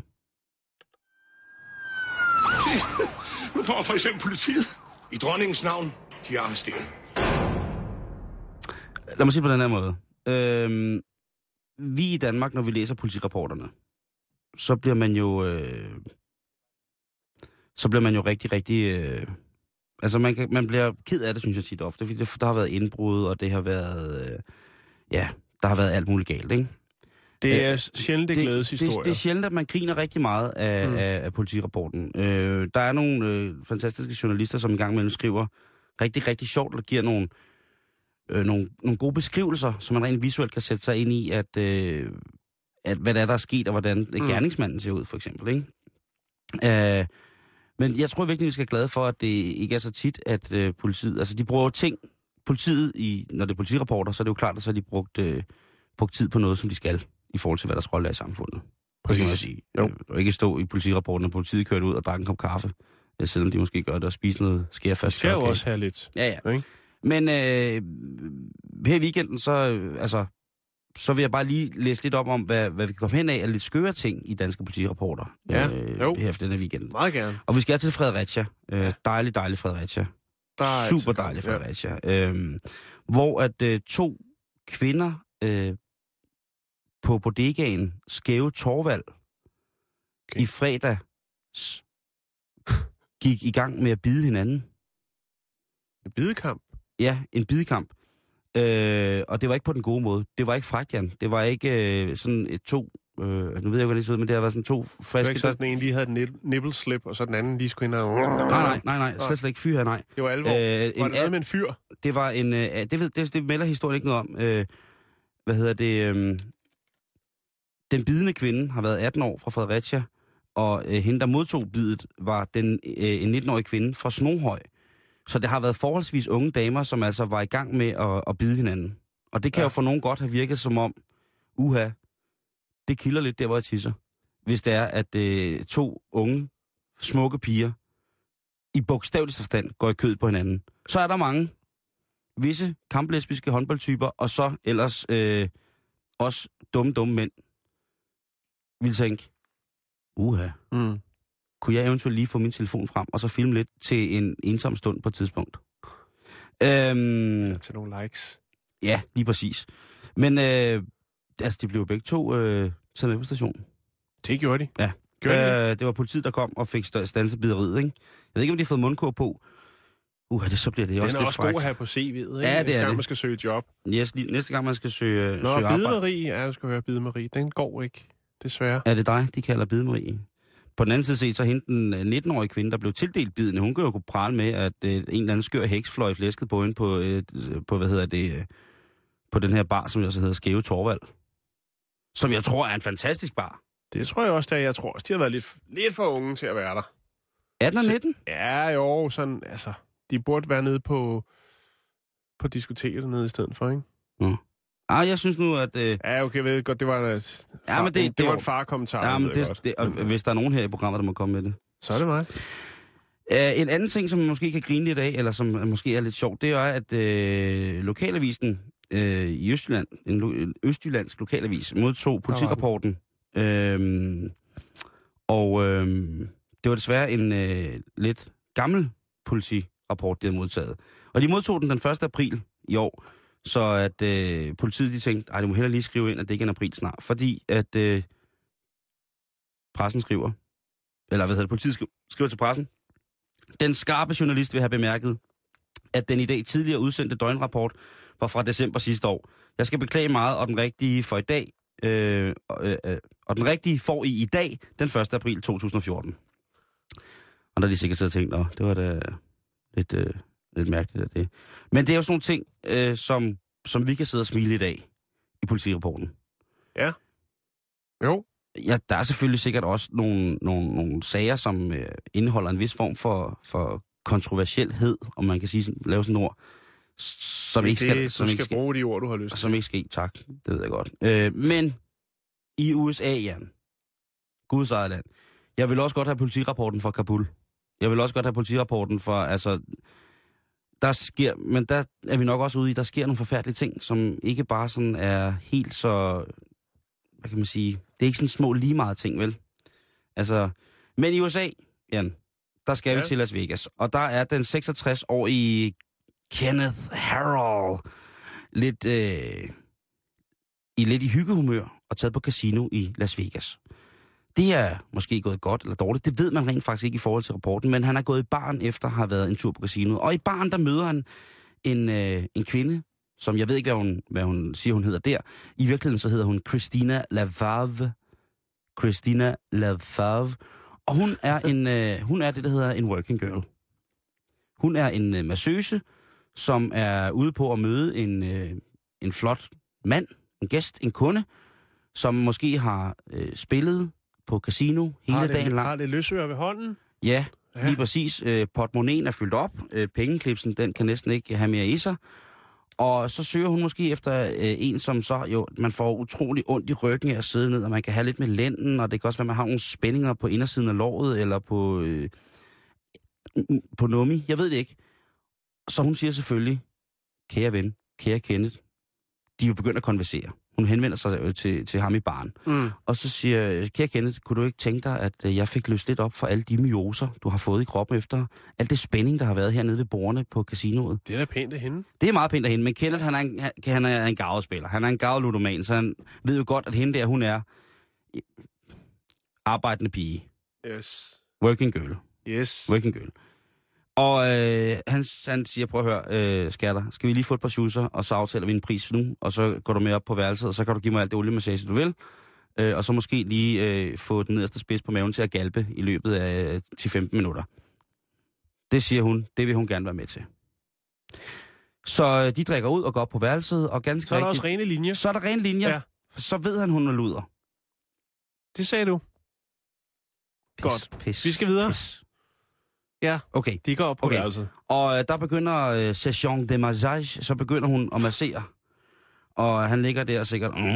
Nu får for eksempel politiet. I dronningens navn, de er arresteret. Lad mig sige på den her måde. Øhm, vi i Danmark, når vi læser politirapporterne, så bliver man jo... Øh, så bliver man jo rigtig, rigtig... Øh, altså, man, kan, man bliver ked af det, synes jeg tit ofte, fordi der har været indbrud, og det har været... Øh, ja, der har været alt muligt galt, ikke? Det er sjældent, det glædeshistorier. Det, det er sjældent, at man griner rigtig meget af, mm. af, af politirapporten. Øh, der er nogle øh, fantastiske journalister, som engang imellem skriver rigtig, rigtig sjovt, og giver nogle, øh, nogle, nogle gode beskrivelser, som man rent visuelt kan sætte sig ind i, at, øh, at hvad der er, der er sket, og hvordan mm. gerningsmanden ser ud, for eksempel. Ikke? Øh, men jeg tror virkelig, vi skal være glade for, at det ikke er så tit, at øh, politiet... Altså, de bruger ting... Politiet, i, når det er politirapporter, så er det jo klart, at så har de brugt, øh, brugt tid på noget, som de skal, i forhold til, hvad deres rolle er i samfundet. Præcis. Det sige. Jo. Og ikke stå i politirapporten, når politiet kører ud og drikker en kop kaffe, selvom de måske gør det, og spise noget skærfast. Det skal jo også have lidt. Ja, ja. Ikke? Men øh, her i weekenden, så, altså, så vil jeg bare lige læse lidt op om, hvad, hvad vi kan komme hen af, af lidt skøre ting i danske politirapporter. Ja, øh, jo. Her efter denne weekend. Meget gerne. Og vi skal til Fredericia. Øh, dejlig, dejlig Fredericia. Super dejlig Fredericia. Ja. Øhm, hvor at øh, to kvinder øh, på bodegaen Skæve Torvald okay. i fredag gik i gang med at bide hinanden. En bidekamp? Ja, en bidekamp. Øh, og det var ikke på den gode måde. Det var ikke frækt, Jan. Det var ikke øh, sådan et to... Øh, nu ved jeg ikke, hvordan det så ud, men det har været sådan to friske... Det var ikke sådan, den ene lige havde et nibble-slip, og så den anden lige skulle ind og... Nej, nej, nej, nej. Slet, slet ikke fyr her, nej. Det var alvor. Øh, var det noget med en fyr? Det var en... Øh, det, ved, det, det melder historien ikke noget om. Øh, hvad hedder det? Øh, den bidende kvinde har været atten år fra Fredericia, og øh, hende, der modtog bidet, var den, øh, en nitten-årig kvinde fra Snoghøj. Så det har været forholdsvis unge damer, som altså var i gang med at, at bide hinanden. Og det kan ja. jo for nogen godt have virket som om, uha, det kilder lidt der, hvor jeg tisser. Hvis det er, at øh, to unge, smukke piger, i bogstavelig forstand, går i kød på hinanden. Så er der mange visse kamplesbiske håndboldtyper, og så ellers øh, også dumme, dumme mænd, vil tænke, uha, mm. kunne jeg eventuelt lige få min telefon frem, og så filme lidt til en ensom stund på et tidspunkt. Øhm, ja, til nogle likes. Ja, lige præcis. Men øh, altså, de blev begge to øh, taget med på stationen. Det gjorde de. Ja. Gjorde øh, de? Det var politiet, der kom og fik standset bideriet, ikke? Jeg ved ikke, om de har fået mundkur på. Uh, det, så bliver det Den også er lidt også fræk. god at have på C V'et, ikke? Ja, det næste er gang, det. man skal søge job. Yes, lige, næste gang, man skal søge, Nå, søge arbejde. Nå, Bide-Marie. Ja, jeg skal høre Bide-Marie. Den går ikke, desværre. Er det dig, de kalder Bide-Marie? På den anden side set, så hende den nitten-årige kvinde, der blev tildelt bidene, hun kan jo kunne prale med, at øh, en eller anden skør heks fløj flæsket på hende på, øh, på, hvad hedder det, øh, på den her bar, som også hedder Skæve Torvald. Som jeg tror er en fantastisk bar. Det tror jeg også, der. Jeg tror også, de har været lidt, lidt for unge til at være der. atten og nitten? Så, ja, jo, sådan, altså, de burde være nede på, på diskoteket nede i stedet for, ikke? Ja. Ah, jeg synes nu, at... Øh... Ja, okay, jeg ved godt, det var en, far, ja, men det, det, det var en far-kommentar. Ja, men det, det, og hvis der er nogen her i programmet, der må komme med det. Så er det mig. Uh, en anden ting, som man måske kan grine lidt af, eller som måske er lidt sjovt, det er, at øh, lokalavisen øh, i Østjylland, en, lo- en østjyllandsk lokalavis, modtog politirapporten. Øh, og øh, det var desværre en øh, lidt gammel politirapport, de havde modtaget. Og de modtog den den første april i år, så at øh, politiet de tænkte, ej, det må heller lige skrive ind, at det ikke er en april snart. Fordi at øh, pressen skriver, eller hvad hedder det, politiet skriver, skriver til pressen, den skarpe journalist vil have bemærket, at den i dag tidligere udsendte døgnrapport var fra december sidste år. Jeg skal beklage meget, og den rigtige for i dag, øh, øh, øh, og den rigtige får I i dag, den første april to tusind og fjorten. Og der er de sikkert siddet og tænkt, nå, det var da lidt, øh, lidt mærkeligt af det. Men det er jo sådan nogle ting, øh, som, som vi kan sidde og smile i dag i politirapporten. Ja. Jo. Ja, der er selvfølgelig sikkert også nogle, nogle, nogle sager, som øh, indeholder en vis form for, for kontroversielhed, om man kan sige, lave sådan ord, som det, ikke skal... Det, som du ikke skal skal bruge de ord, du har lyst til. Som ikke skal, tak. Det ved jeg godt. Øh, men i U S A, Jan, Guds eget land, jeg vil også godt have politirapporten fra Kabul. Jeg vil også godt have politirapporten fra, altså, der sker, men der er vi nok også ude i, der sker nogle forfærdelige ting, som ikke bare sådan er helt så, hvad kan man sige, det er ikke sådan små lige meget ting, vel? Altså, men i U S A, Jan, der skal ja. vi til Las Vegas, og der er den seksogtres-årige Kenneth Harrell lidt, øh, i lidt i hyggehumør og taget på casino i Las Vegas. Det er måske gået godt eller dårligt, det ved man rent faktisk ikke i forhold til rapporten, men han er gået i baren efter at have været en tur på casinoet. Og i baren, der møder han en, øh, en kvinde, som jeg ved ikke, hvad hun, hvad hun siger, hun hedder der. I virkeligheden så hedder hun Christina Lavave. Christina Lavave. Og hun er, en, øh, hun er det, der hedder en working girl. Hun er en øh, massøse, som er ude på at møde en, øh, en flot mand, en gæst, en kunde, som måske har øh, spillet på casino hele har det, dagen lang. Har det løsører ved hånden? Ja, Ja. lige præcis. Øh, portemonnaien er fyldt op. Øh, pengeklipsen, den kan næsten ikke have mere i sig. Og så søger hun måske efter øh, en, som så jo, man får utrolig ondt i ryggen af at sidde ned, og man kan have lidt med lænden, og det kan også være, at man har nogle spændinger på indersiden af låret, eller på, øh, på nummi. Jeg ved det ikke. Så hun siger selvfølgelig, kære ven, kære Kenneth, de er jo begyndt at konversere. Hun henvender sig til, til ham i baren. Mm. Og så siger, kære Kenneth, kunne du ikke tænke dig, at jeg fik løst lidt op for alle de myoser, du har fået i kroppen efter alt det spænding, der har været hernede ved bordene på casinoet? Det er da pænt af hende. Det er meget pænt af hende, men Kenneth, han er en, han er en garvespiller. Han er en garveludoman, så han ved jo godt, at hende der, hun er arbejdende pige. Yes. Working girl. Yes. Working girl. Og øh, han, han siger, prøv at høre, øh, skatter, skal vi lige få et par schusser, og så aftaler vi en pris nu, og så går du med op på værelset, og så kan du give mig alt det oliemassage, du vil, øh, og så måske lige øh, få den nederste spids på maven til at galpe i løbet af ti til femten minutter. Det siger hun, det vil hun gerne være med til. Så øh, de drikker ud og går op på værelset, og ganske Så er der rigtigt, også rene linjer. så er der rene linjer, Ja. så ved han, hun er luder. Det sagde du. Pis, Godt. Pis, Vi skal videre. Pis. Ja, Okay. de går op på Okay. værelset. Og øh, der begynder øh, session de massage, så begynder hun at massere. Og han ligger der sikkert... Mm,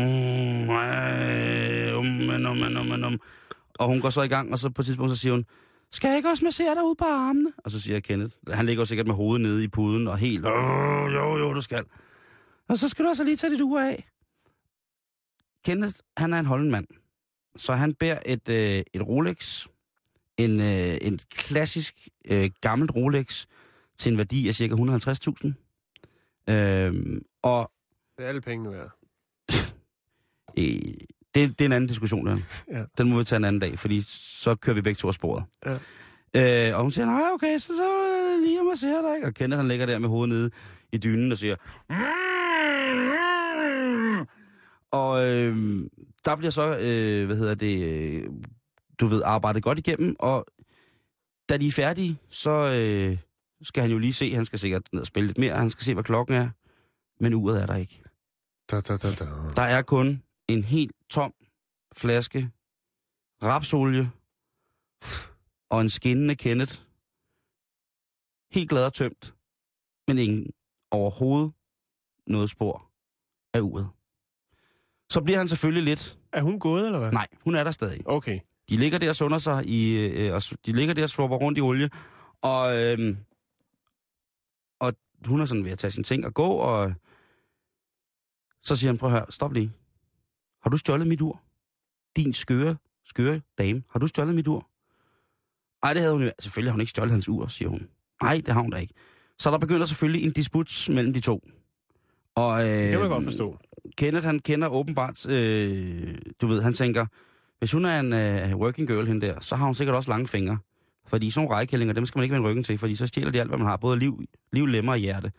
øh, um, um, um, um, um. Og hun går så i gang, og så på et tidspunkt så siger hun, skal jeg ikke også massere dig ud på armene? Og så siger Kenneth, han ligger jo sikkert med hovedet nede i puden, og helt, øh, jo, jo, du skal. Og så skal du altså lige tage dit ur af. Kenneth, han er en holden mand. Så han bærer et, øh, et Rolex, en, øh, en klassisk øh, gammelt Rolex, til en værdi af cirka et hundrede og halvtreds tusind. Øhm, og Det er alle pengene værd. øh, det, det er en anden diskussion, der. Ja. Den må vi tage en anden dag, fordi så kører vi begge to af sporet. Ja. Øh, og hun siger, nej, okay, så, så øh, lige at massere dig, ikke? Og Kenneth, han ligger der med hovedet nede i dynen og siger... Og øh, der bliver så, øh, hvad hedder det, øh, du ved, arbejdet godt igennem, og da de er færdige, så øh, skal han jo lige se, han skal sikkert ned og spille lidt mere, han skal se, hvad klokken er, men uret er der ikke. Da, da, da, da. Der er kun en helt tom flaske rapsolie og en skinnende Kenneth. Helt glad og tømt, men ingen overhovedet noget spor af uret. Så bliver han selvfølgelig lidt... Er hun gået, eller hvad? Nej, hun er der stadig. Okay. De ligger der og sunder sig i... Øh, og de ligger der og slupper rundt i olie, og, øh, og hun er sådan ved at tage sine ting og gå, og så siger han, prøv at høre, stop lige. Har du stjålet mit ur? Din skøre, skøre dame, har du stjålet mit ur? Ej, det havde hun jo. Selvfølgelig har hun ikke stjålet hans ur, siger hun. Nej, det har hun da ikke. Så der begynder selvfølgelig en disput mellem de to. Og, øh, Det kan man godt forstå. Kenneth, han kender åbenbart, øh, du ved, han tænker, hvis hun er en øh, working girl hende der, så har hun sikkert også lange fingre. Fordi sådan nogle rejekællinger, dem skal man ikke vende ryggen til, fordi så stjæler de alt, hvad man har, både liv, liv lemmer og hjerte.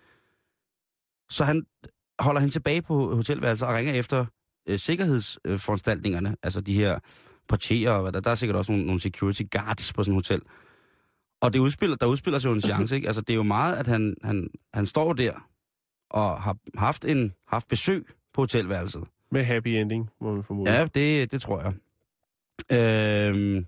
Så han holder hende tilbage på hotelværelset og ringer efter øh, sikkerhedsforanstaltningerne, altså de her portierer og hvad der, der er sikkert også nogle, nogle security guards på sådan et hotel. Og det udspiller, der udspiller sig jo en chance, ikke? Altså det er jo meget, at han, han, han står der og har haft, en, haft besøg på hotelværelset. Med happy ending, må man formode. Ja, det, det tror jeg. Øhm,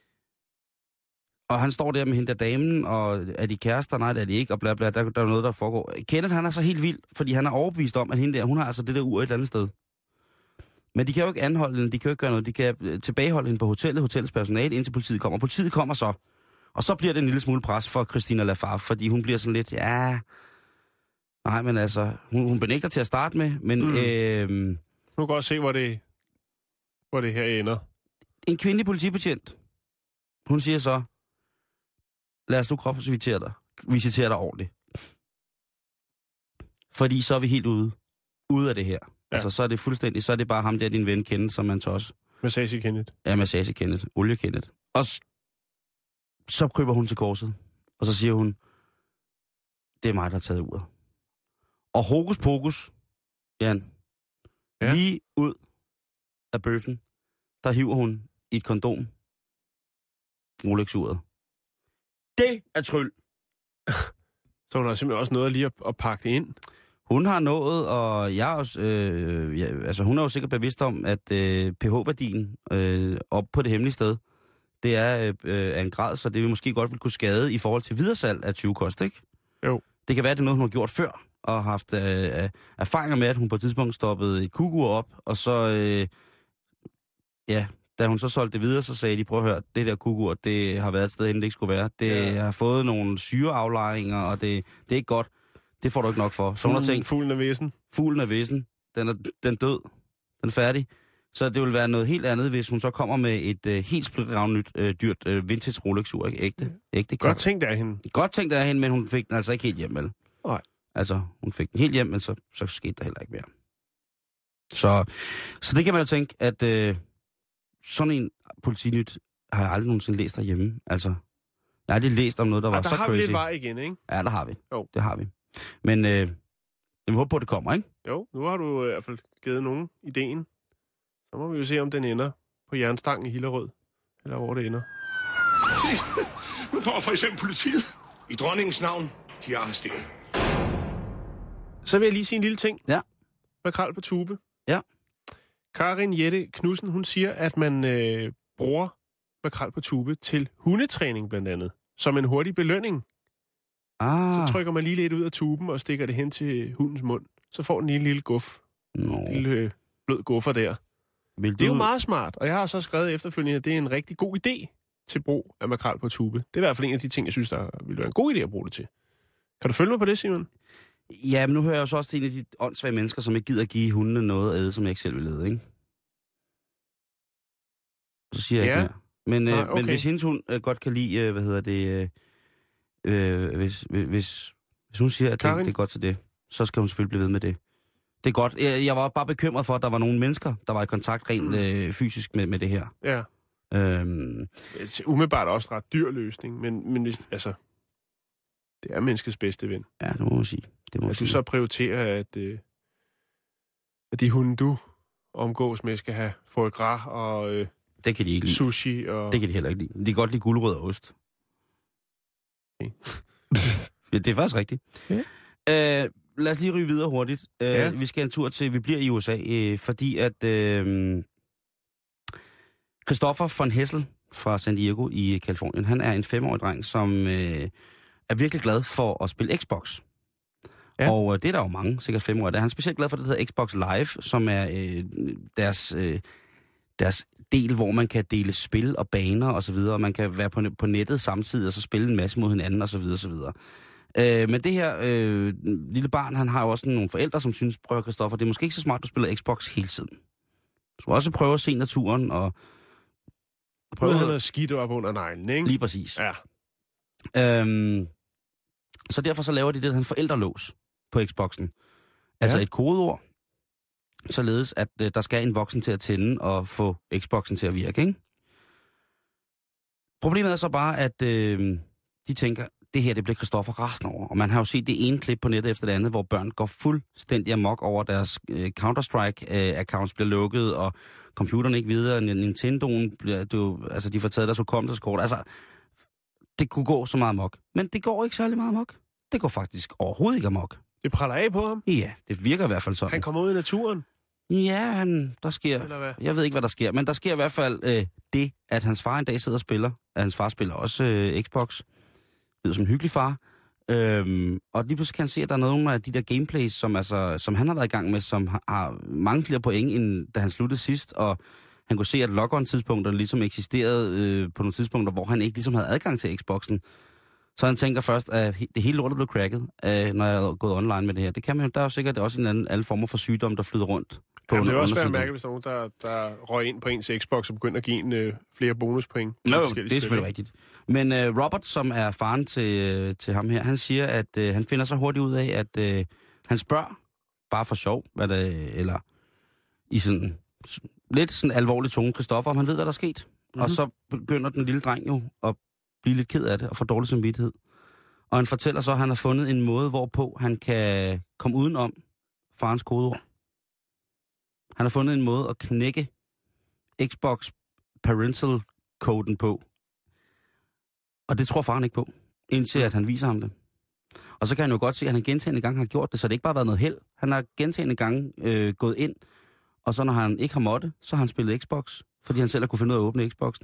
og han står der med hende der damen, og er de kærester? Nej, det er de ikke, og bla bla, der, der er noget, der foregår. Kenneth, han er så helt vild, fordi han er overbevist om, at hende der, hun har altså det der ur et andet sted. Men de kan jo ikke anholde hende, de kan jo ikke gøre noget. De kan tilbageholde hende på hotellet, hotellets personale, indtil politiet kommer. Politiet kommer så. Og så bliver det en lille smule pres for Christina Lafave, fordi hun bliver sådan lidt, ja... Nej, men altså, hun, hun benægter til at starte med, men... Mm. Øh, Nu kan godt se, hvor det, hvor det her ender. En kvindelig politibetjent, hun siger så, lad os nu kropsvisitere dig, visitere dig ordentligt. Fordi så er vi helt ude, ude af det her. Ja. Altså, så er det fuldstændig, så er det bare ham der, din ven Kenneth, som man også... Massage Kenneth. Ja, massage Kenneth, olie Kenneth. Og s- så kryber hun til korset, og så siger hun, det er mig, der har taget uret. Og hokus pokus, Jan, ja. Lige ud af bøffen, der hiver hun i et kondom Rolex-uret. Det er tryl. Så hun har simpelthen også noget lige at, at pakke det ind. Hun har nået, og jeg er også, øh, ja, altså hun er jo sikkert bevidst om, at øh, pH-værdien øh, op på det hemmelige sted, det er øh, af en grad, så det vil måske godt vil kunne skade i forhold til videresalg af tyvekost, ikke? Jo. Det kan være, at det er noget, hun har gjort før, og har haft øh, erfaringer med, at hun på et tidspunkt stoppede et kugur op, og så, øh, ja, da hun så solgte det videre, så sagde de, prøv at høre, det der kugur, det har været et sted, inden det ikke skulle være. Det ja. har fået nogle syreaflejringer, og det, det er ikke godt. Det får du ikke nok for. Så hun har tænkt, fuglen er væsen. Fuglen er væsen. Den er, den er død. Den er færdig. Så det vil være noget helt andet, hvis hun så kommer med et uh, helt splitgravn nyt, uh, dyrt uh, vintage Rolex-ur. Ikke ægte. ægte Godt tænkt af hende. Godt tænkt af hende, men hun fik den altså ikke helt hjem, vel? Nej. Altså, hun fik den helt hjem, men så, så skete der heller ikke mere. Så, så det kan man jo tænke, at uh, sådan en Politinyt har jeg aldrig nogensinde læst derhjemme. Altså, jeg har aldrig læst om noget, der var ah, der så har crazy. Vi lidt vej igen, ikke? Ja, der har vi. Jo. Det har vi. Men øh, jeg håber på, at det kommer, ikke? Jo, nu har du i hvert fald givet nogen ideen. Så må vi jo se, om den ender på jernstangen i Hillerød. Eller hvor det ender. Nu får for eksempel politiet i dronningens navn, de er arresteret. Så vil jeg lige sige en lille ting. Ja. Makrel på tube. Ja. Karin Jette Knudsen, hun siger, at man øh, bruger makrel på tube til hundetræning blandt andet. Som en hurtig belønning. Ah. Så trykker man lige lidt ud af tuben og stikker det hen til hundens mund. Så får den lige en lille guf. No. En lille øh, blød guffer der. Vil Det er du... jo meget smart, og jeg har så skrevet efterfølgende, at det er en rigtig god idé til brug af makrel på tube. Det er i hvert fald en af de ting, jeg synes, der ville være en god idé at bruge det til. Kan du følge mig på det, Simon? Ja, men nu hører jeg jo så også til en af de åndssvage mennesker, som ikke gider at give hundene noget at æde, som jeg ikke selv vil æde, ikke? Så siger jeg ja. ikke mere. Men, Nej, øh, okay. men hvis hendes hund øh, godt kan lide, øh, hvad hedder det, øh, øh, hvis, hvis, hvis hun siger, at det, det er godt til det, så skal hun selvfølgelig blive ved med det. Det er godt. Jeg, jeg var bare bekymret for, at der var nogle mennesker, der var i kontakt rent øh, fysisk med, med det her. Ja. Øhm, Det er umiddelbart også en ret dyr løsning, men, men hvis, altså, det er menneskets bedste ven. ja, det må man sige. Det må Jeg synes så prioriterer, at, øh, at de hunde, du omgås med, skal have foie gras og øh, det kan de ikke lide. sushi. Og... Det kan de heller ikke lide. De kan godt lide gulerød og ost. Okay. Ja, det er faktisk rigtigt. Ja. Øh, lad os lige ryge videre hurtigt. Øh, Ja. Vi skal en tur til, vi bliver i U S A, øh, fordi at øh, Christopher von Hessel fra San Diego i Kalifornien, han er en femårig dreng, som øh, er virkelig glad for at spille Xbox. Ja. Og øh, det er der jo mange, sikkert femårige. Han er specielt glad for det, der hedder Xbox Live, som er øh, deres, øh, deres del, hvor man kan dele spil og baner og så videre, og man kan være på, på nettet samtidig og så spille en masse mod hinanden og så videre og så videre. Øh, men det her øh, lille barn, han har jo også nogle forældre, som synes, prøv Christoffer, det er måske ikke så smart, at du spiller Xbox hele tiden. Du skal også prøve at se naturen og prøve at have noget skidt op under neglen, ikke? Lige præcis. Ja. Øhm, så derfor så laver de det, der hedder en forældrelås på Xboxen. Altså Ja. et kodeord, således at øh, der skal en voksen til at tænde og få Xboxen til at virke, ikke? Problemet er så bare, at øh, de tænker, det her, det bliver Christoffer rasende over. Og man har jo set det ene klip på nettet efter det andet, hvor børn går fuldstændig amok over deres øh, Counter-Strike-accounts øh, bliver lukket, og computeren ikke videre, Nintendoen bliver, du, altså de får taget deres hukommelseskort. Altså, det kunne gå så meget amok. Men det går ikke særlig meget amok. Det går faktisk overhovedet ikke amok. Det praller af på ham. Ja, det virker i hvert fald sådan. Han kommer ud i naturen. Ja, han, der sker... Eller hvad? Jeg ved ikke, hvad der sker, men der sker i hvert fald øh, det, at hans far en dag sidder og spiller. At hans far spiller også øh, Xbox. Lyder som en hyggelig far. Øhm, og lige pludselig kan han se, at der er nogle af de der gameplays, som, altså, som han har været i gang med, som har, har mange flere point, end da han sluttede sidst. Og han kunne se, at lock-on-tidspunkterne ligesom eksisterede øh, på nogle tidspunkter, hvor han ikke ligesom havde adgang til Xboxen. Så han tænker først, at det hele lortet blev cracket, øh, når jeg er gået online med det her. Det kan man jo, der er jo sikkert også en anden, alle former for sygdom, der flyder rundt. På Jamen, det er også svært at undersiden. mærke, hvis der er nogen, der, der røg ind på ens Xbox og begynder at give en øh, flere bonuspoint. Nå, det er selvfølgelig rigtigt. Men øh, Robert, som er faren til, øh, til ham her, han siger, at øh, han finder så hurtigt ud af, at øh, han spørger, bare for sjov, hvad det, eller i sådan lidt sådan alvorlig tone, Christoffer, om han ved, hvad der er sket. Mm-hmm. Og så begynder den lille dreng jo at blive lidt ked af det og få dårlig samvittighed. Og han fortæller så, at han har fundet en måde, hvorpå han kan komme udenom farens kodeord. Han har fundet en måde at knække Xbox parental-koden på. Og det tror faren ikke på, indtil at han viser ham det. Og så kan han jo godt se, at han gentagne gange har gjort det, så det ikke bare har været noget held. Han har gentagne gange øh, gået ind, og så når han ikke har måttet, så har han spillet Xbox, fordi han selv har kunne finde ud af at åbne Xboxen.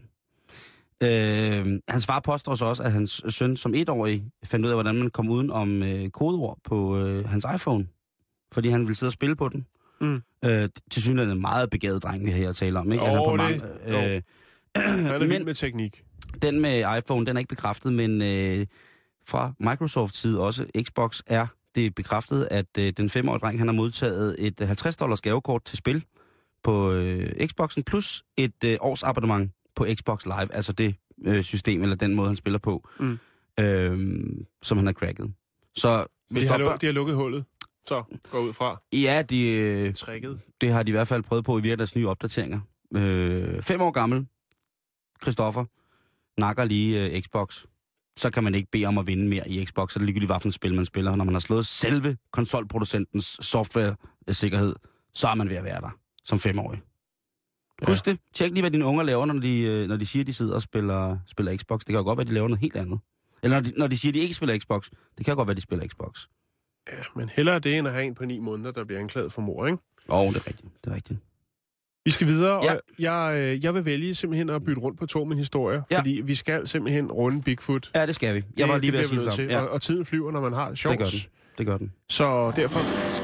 Øh, hans far påstår så også, at hans søn som etårig fandt ud af, hvordan man kom uden om øh, kodeord på øh, hans iPhone, fordi han ville sidde og spille på den. Mm. Øh, til synligheden en meget begavet dreng, vi her taler om, ikke? Oh, han på det, mange, øh, han er vild med teknik. Den med iPhone, den er ikke bekræftet, men øh, fra Microsofts side også, Xbox er det bekræftet, at øh, den femårige dreng, han har modtaget et halvtreds dollars gavekort til spil på øh, Xboxen, plus et øh, års abonnement på Xbox Live, altså det øh, system, eller den måde, han spiller på, mm. øh, som han har cracket. Så hvis de, har der... luk- de har lukket hullet, så går ud fra. Ja, de, øh, det har de i hvert fald prøvet på i virkeligheden deres nye opdateringer. Øh, fem år gammel, Christoffer, nakker lige øh, Xbox. Så kan man ikke bede om at vinde mere i Xbox, så er det ligegyldigt, hvilken spil man spiller. Når man har slået selve konsolproducentens software-sikkerhed, så er man ved at være der som femårig. Ja. Husk det. Tjek lige, hvad dine unger laver, når de, når de siger, at de sidder og spiller, spiller Xbox. Det kan jo godt være, at de laver noget helt andet. Eller når de, når de siger, at de ikke spiller Xbox. Det kan jo godt være, at de spiller Xbox. Ja, men hellere det, end at have en på ni måneder, der bliver anklaget for mord, ikke? Åh, oh, det er rigtigt. Det er rigtigt. Vi skal videre, ja. og jeg, jeg vil vælge simpelthen at bytte rundt på to min historie, ja. Fordi vi skal simpelthen runde Bigfoot. Ja, det skal vi. Jeg var lige ved at sige det. Ja. Og, og tiden flyver, når man har det sjovt. Det gør den. Det gør den. Så derfor...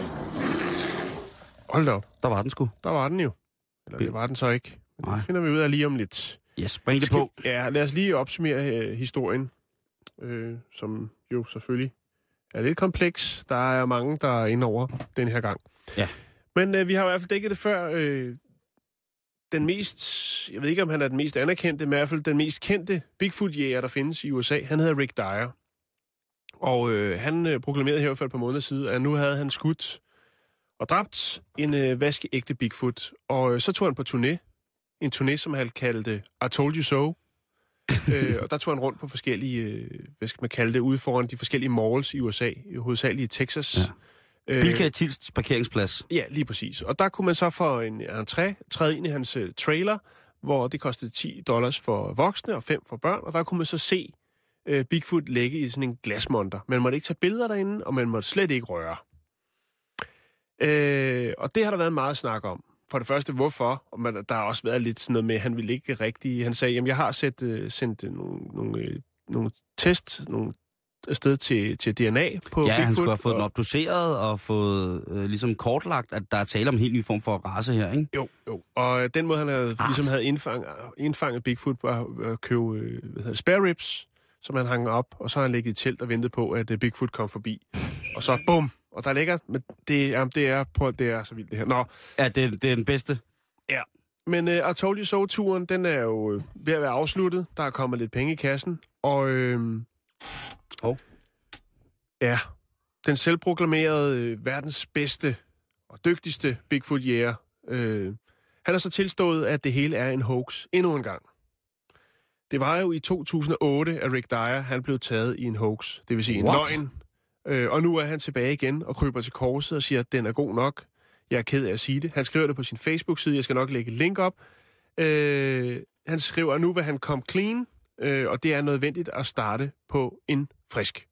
Hold da op. Der var den sgu. Der var den jo. Eller det var den så ikke. Men det finder vi ud af lige om lidt. Yes, bring det på. Ja, lad os lige opsummere uh, historien, uh, som jo selvfølgelig er lidt kompleks. Der er mange, der er inde over den her gang. Ja. Men uh, vi har i hvert fald dækket det før. Uh, den mest, jeg ved ikke, om han er den mest anerkendte, men i hvert fald den mest kendte Bigfoot-jæger, der findes i U S A. Han hedder Rick Dyer. Og øh, han øh, proklamerede her for et par måneder siden, at nu havde han skudt og dræbt en øh, vaskeægte Bigfoot. Og øh, så tog han på turné. En turné, som han kaldte I Told You So. øh, og der tog han rundt på forskellige, øh, hvad skal man kalde det, ude foran de forskellige malls i U S A, hovedsageligt i Texas. Ja. Bilka Tilsts parkeringsplads. Ja, lige præcis. Og der kunne man så for en entré træde ind i hans uh, trailer, hvor det kostede ti dollars for voksne og fem for børn, og der kunne man så se uh, Bigfoot ligge i sådan en glasmonter. Man måtte ikke tage billeder derinde, og man måtte slet ikke røre. Uh, og det har der været meget snak om. For det første, hvorfor? Og man, der har også været lidt sådan noget med, at han ville ikke rigtig... Han sagde, jamen jeg har set, uh, sendt uh, nogle, nogle, uh, nogle test, nogle afsted til, til D N A på ja, Bigfoot. Ja, han skulle have fået og... den obduceret og fået øh, ligesom kortlagt, at der er tale om en helt ny form for race her, ikke? Jo, jo. Og den måde, han havde, ligesom havde indfanget, indfanget Bigfoot, var at købe hvad hedder, spare ribs, som han hang op, og så har han ligget i telt og ventet på, at Bigfoot kom forbi. Og så bum! Og der ligger... Men det, jamen, det er på, det er så vildt det her. Nå. Ja, det, det er den bedste. Ja. Men uh, I Told You So-turen, den er jo uh, ved at være afsluttet. Der er kommet lidt penge i kassen. Og... Øh, oh. Ja, den selvproklamerede øh, verdens bedste og dygtigste Bigfoot-jæger. Øh, han har så tilstået, at det hele er en hoax endnu en gang. Det var jo i to tusind og otte, at Rick Dyer han blev taget i en hoax, det vil sige en What? løgn. Øh, og nu er han tilbage igen og kryber til korset og siger, at den er god nok. Jeg er ked af at sige det. Han skriver det på sin Facebook-side. Jeg skal nok lægge et link op. Øh, han skriver, at nu vil han komme clean, øh, og det er nødvendigt at starte på en frisk.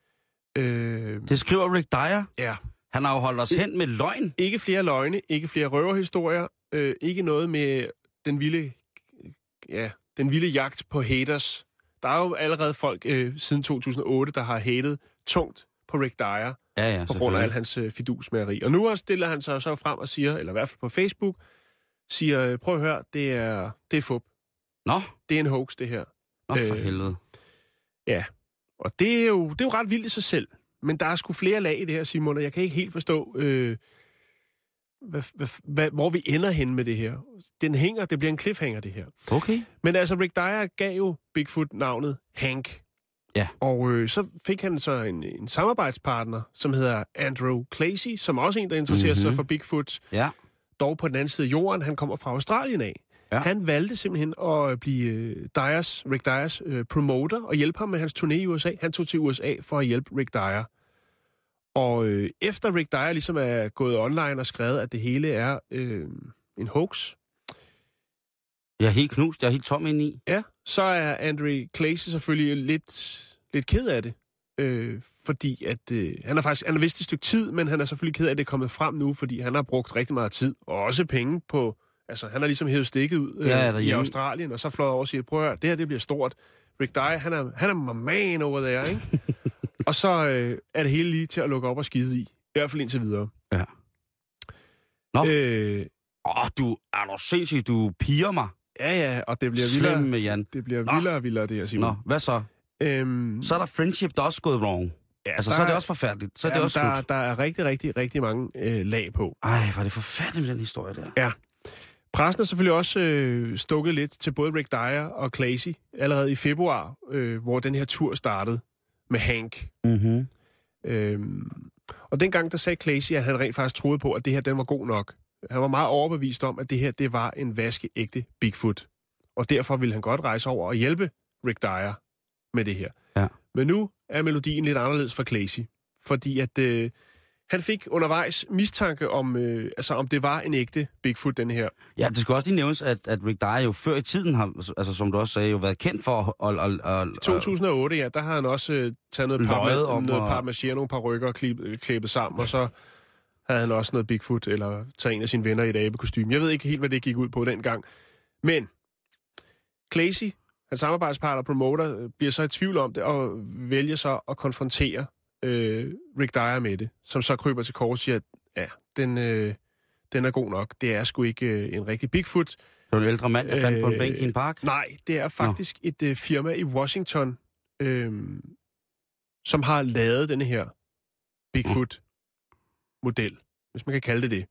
Øh, det skriver Rick Dyer? Ja. Han har jo holdt os hen med løgn. Ikke flere løgne, ikke flere røverhistorier, øh, ikke noget med den vilde, ja, den vilde jagt på haters. Der er jo allerede folk øh, siden to tusind og otte, der har hatet tungt på Rick Dyer, ja, ja, på grund af al hans øh, fidusmageri. Og nu stiller han sig så frem og siger, eller i hvert fald på Facebook, siger, prøv at høre, det er, det er fup. Nå? Det er en hoax, det her. Nå, for øh, helvede. Ja, og det er, jo, det er jo ret vildt i sig selv. Men der er sgu flere lag i det her, Simon, og jeg kan ikke helt forstå, øh, hvad, hvad, hvad, hvor vi ender hen med det her. Den hænger, det bliver en cliffhanger, det her. Okay. Men altså, Rick Dyer gav jo Bigfoot navnet Hank. Ja. Og øh, så fik han så en, en samarbejdspartner, som hedder Andrew Clacy, som også er en, der interesserer mm-hmm. sig for Bigfoot. Ja. Dog på den anden side af jorden. Han kommer fra Australien af. Ja. Han valgte simpelthen at blive uh, Dyers, Rick Dyers uh, promoter og hjælpe ham med hans turné i U S A. Han tog til U S A for at hjælpe Rick Dyer. Og uh, efter Rick Dyer ligesom er gået online og skrevet, at det hele er uh, en hoax. Jeg er helt knust, jeg er helt tom indeni. Ja, så er Andrew Clacy selvfølgelig lidt, lidt ked af det. øh, fordi at øh, han er faktisk, han har vidst et stykke tid, men han er selvfølgelig ked af, at det er kommet frem nu, fordi han har brugt rigtig meget tid, og også penge på, altså han har ligesom hævet stikket ud øh, ja, i Australien, og så fløjet over og siger, prøv at høre, det her det bliver stort. Rick Dyer, han er, han er my man over there, ikke? Og så øh, er det hele lige til at lukke op og skide i. I hvert fald indtil videre. Ja. Nå. Øh, Åh, du er du sindssygt, du piger mig. Ja, ja, og det bliver Slem vildere. med Jan. Det bliver vildere og vildere, det her, Simon. Nå, hvad så? Øhm, så er der friendship, der er også gået wrong. Ja, altså, så er det også forfærdeligt. Så er ja, det også der, slut. der er rigtig, rigtig, rigtig mange øh, lag på. Ej, hvor er det forfærdeligt med den historie der. Ja. Pressen har selvfølgelig også øh, stukket lidt til både Rick Dyer og Clancy allerede i februar, øh, hvor den her tur startede med Hank. Mhm. Øhm, og dengang der sagde Clancy, at han rent faktisk troede på, at det her den var god nok. Han var meget overbevist om, at det her det var en vaskeægte Bigfoot. Og derfor ville han godt rejse over og hjælpe Rick Dyer med det her. Ja. Men nu er melodien lidt anderledes for Clancy. Fordi at øh, han fik undervejs mistanke om, øh, altså om det var en ægte Bigfoot, den her. Ja, det skal også lige nævnes, at, at Rick Dyer jo før i tiden har, altså som du også sagde, jo været kendt for at... at, at, at I to tusind og otte, ja, der har han også øh, taget noget parmaché, nogle par rykker og klippet, klippet sammen, og så havde han også noget Bigfoot, eller taget en af sine venner i et abekostyme. Jeg ved ikke helt, hvad det gik ud på dengang. Men Clancy, hans samarbejdspartner og promoter, bliver så i tvivl om det, og vælger så at konfrontere øh, Rick Dyer med det, som så kryber til kors og siger, at ja, den, øh, den er god nok. Det er sgu ikke øh, en rigtig Bigfoot. Det var en ældre mand, jeg fandt øh, på en bænk i en park? Nej, det er faktisk Nå. et øh, firma i Washington, øh, som har lavet denne her Bigfoot-model, hvis man kan kalde det det.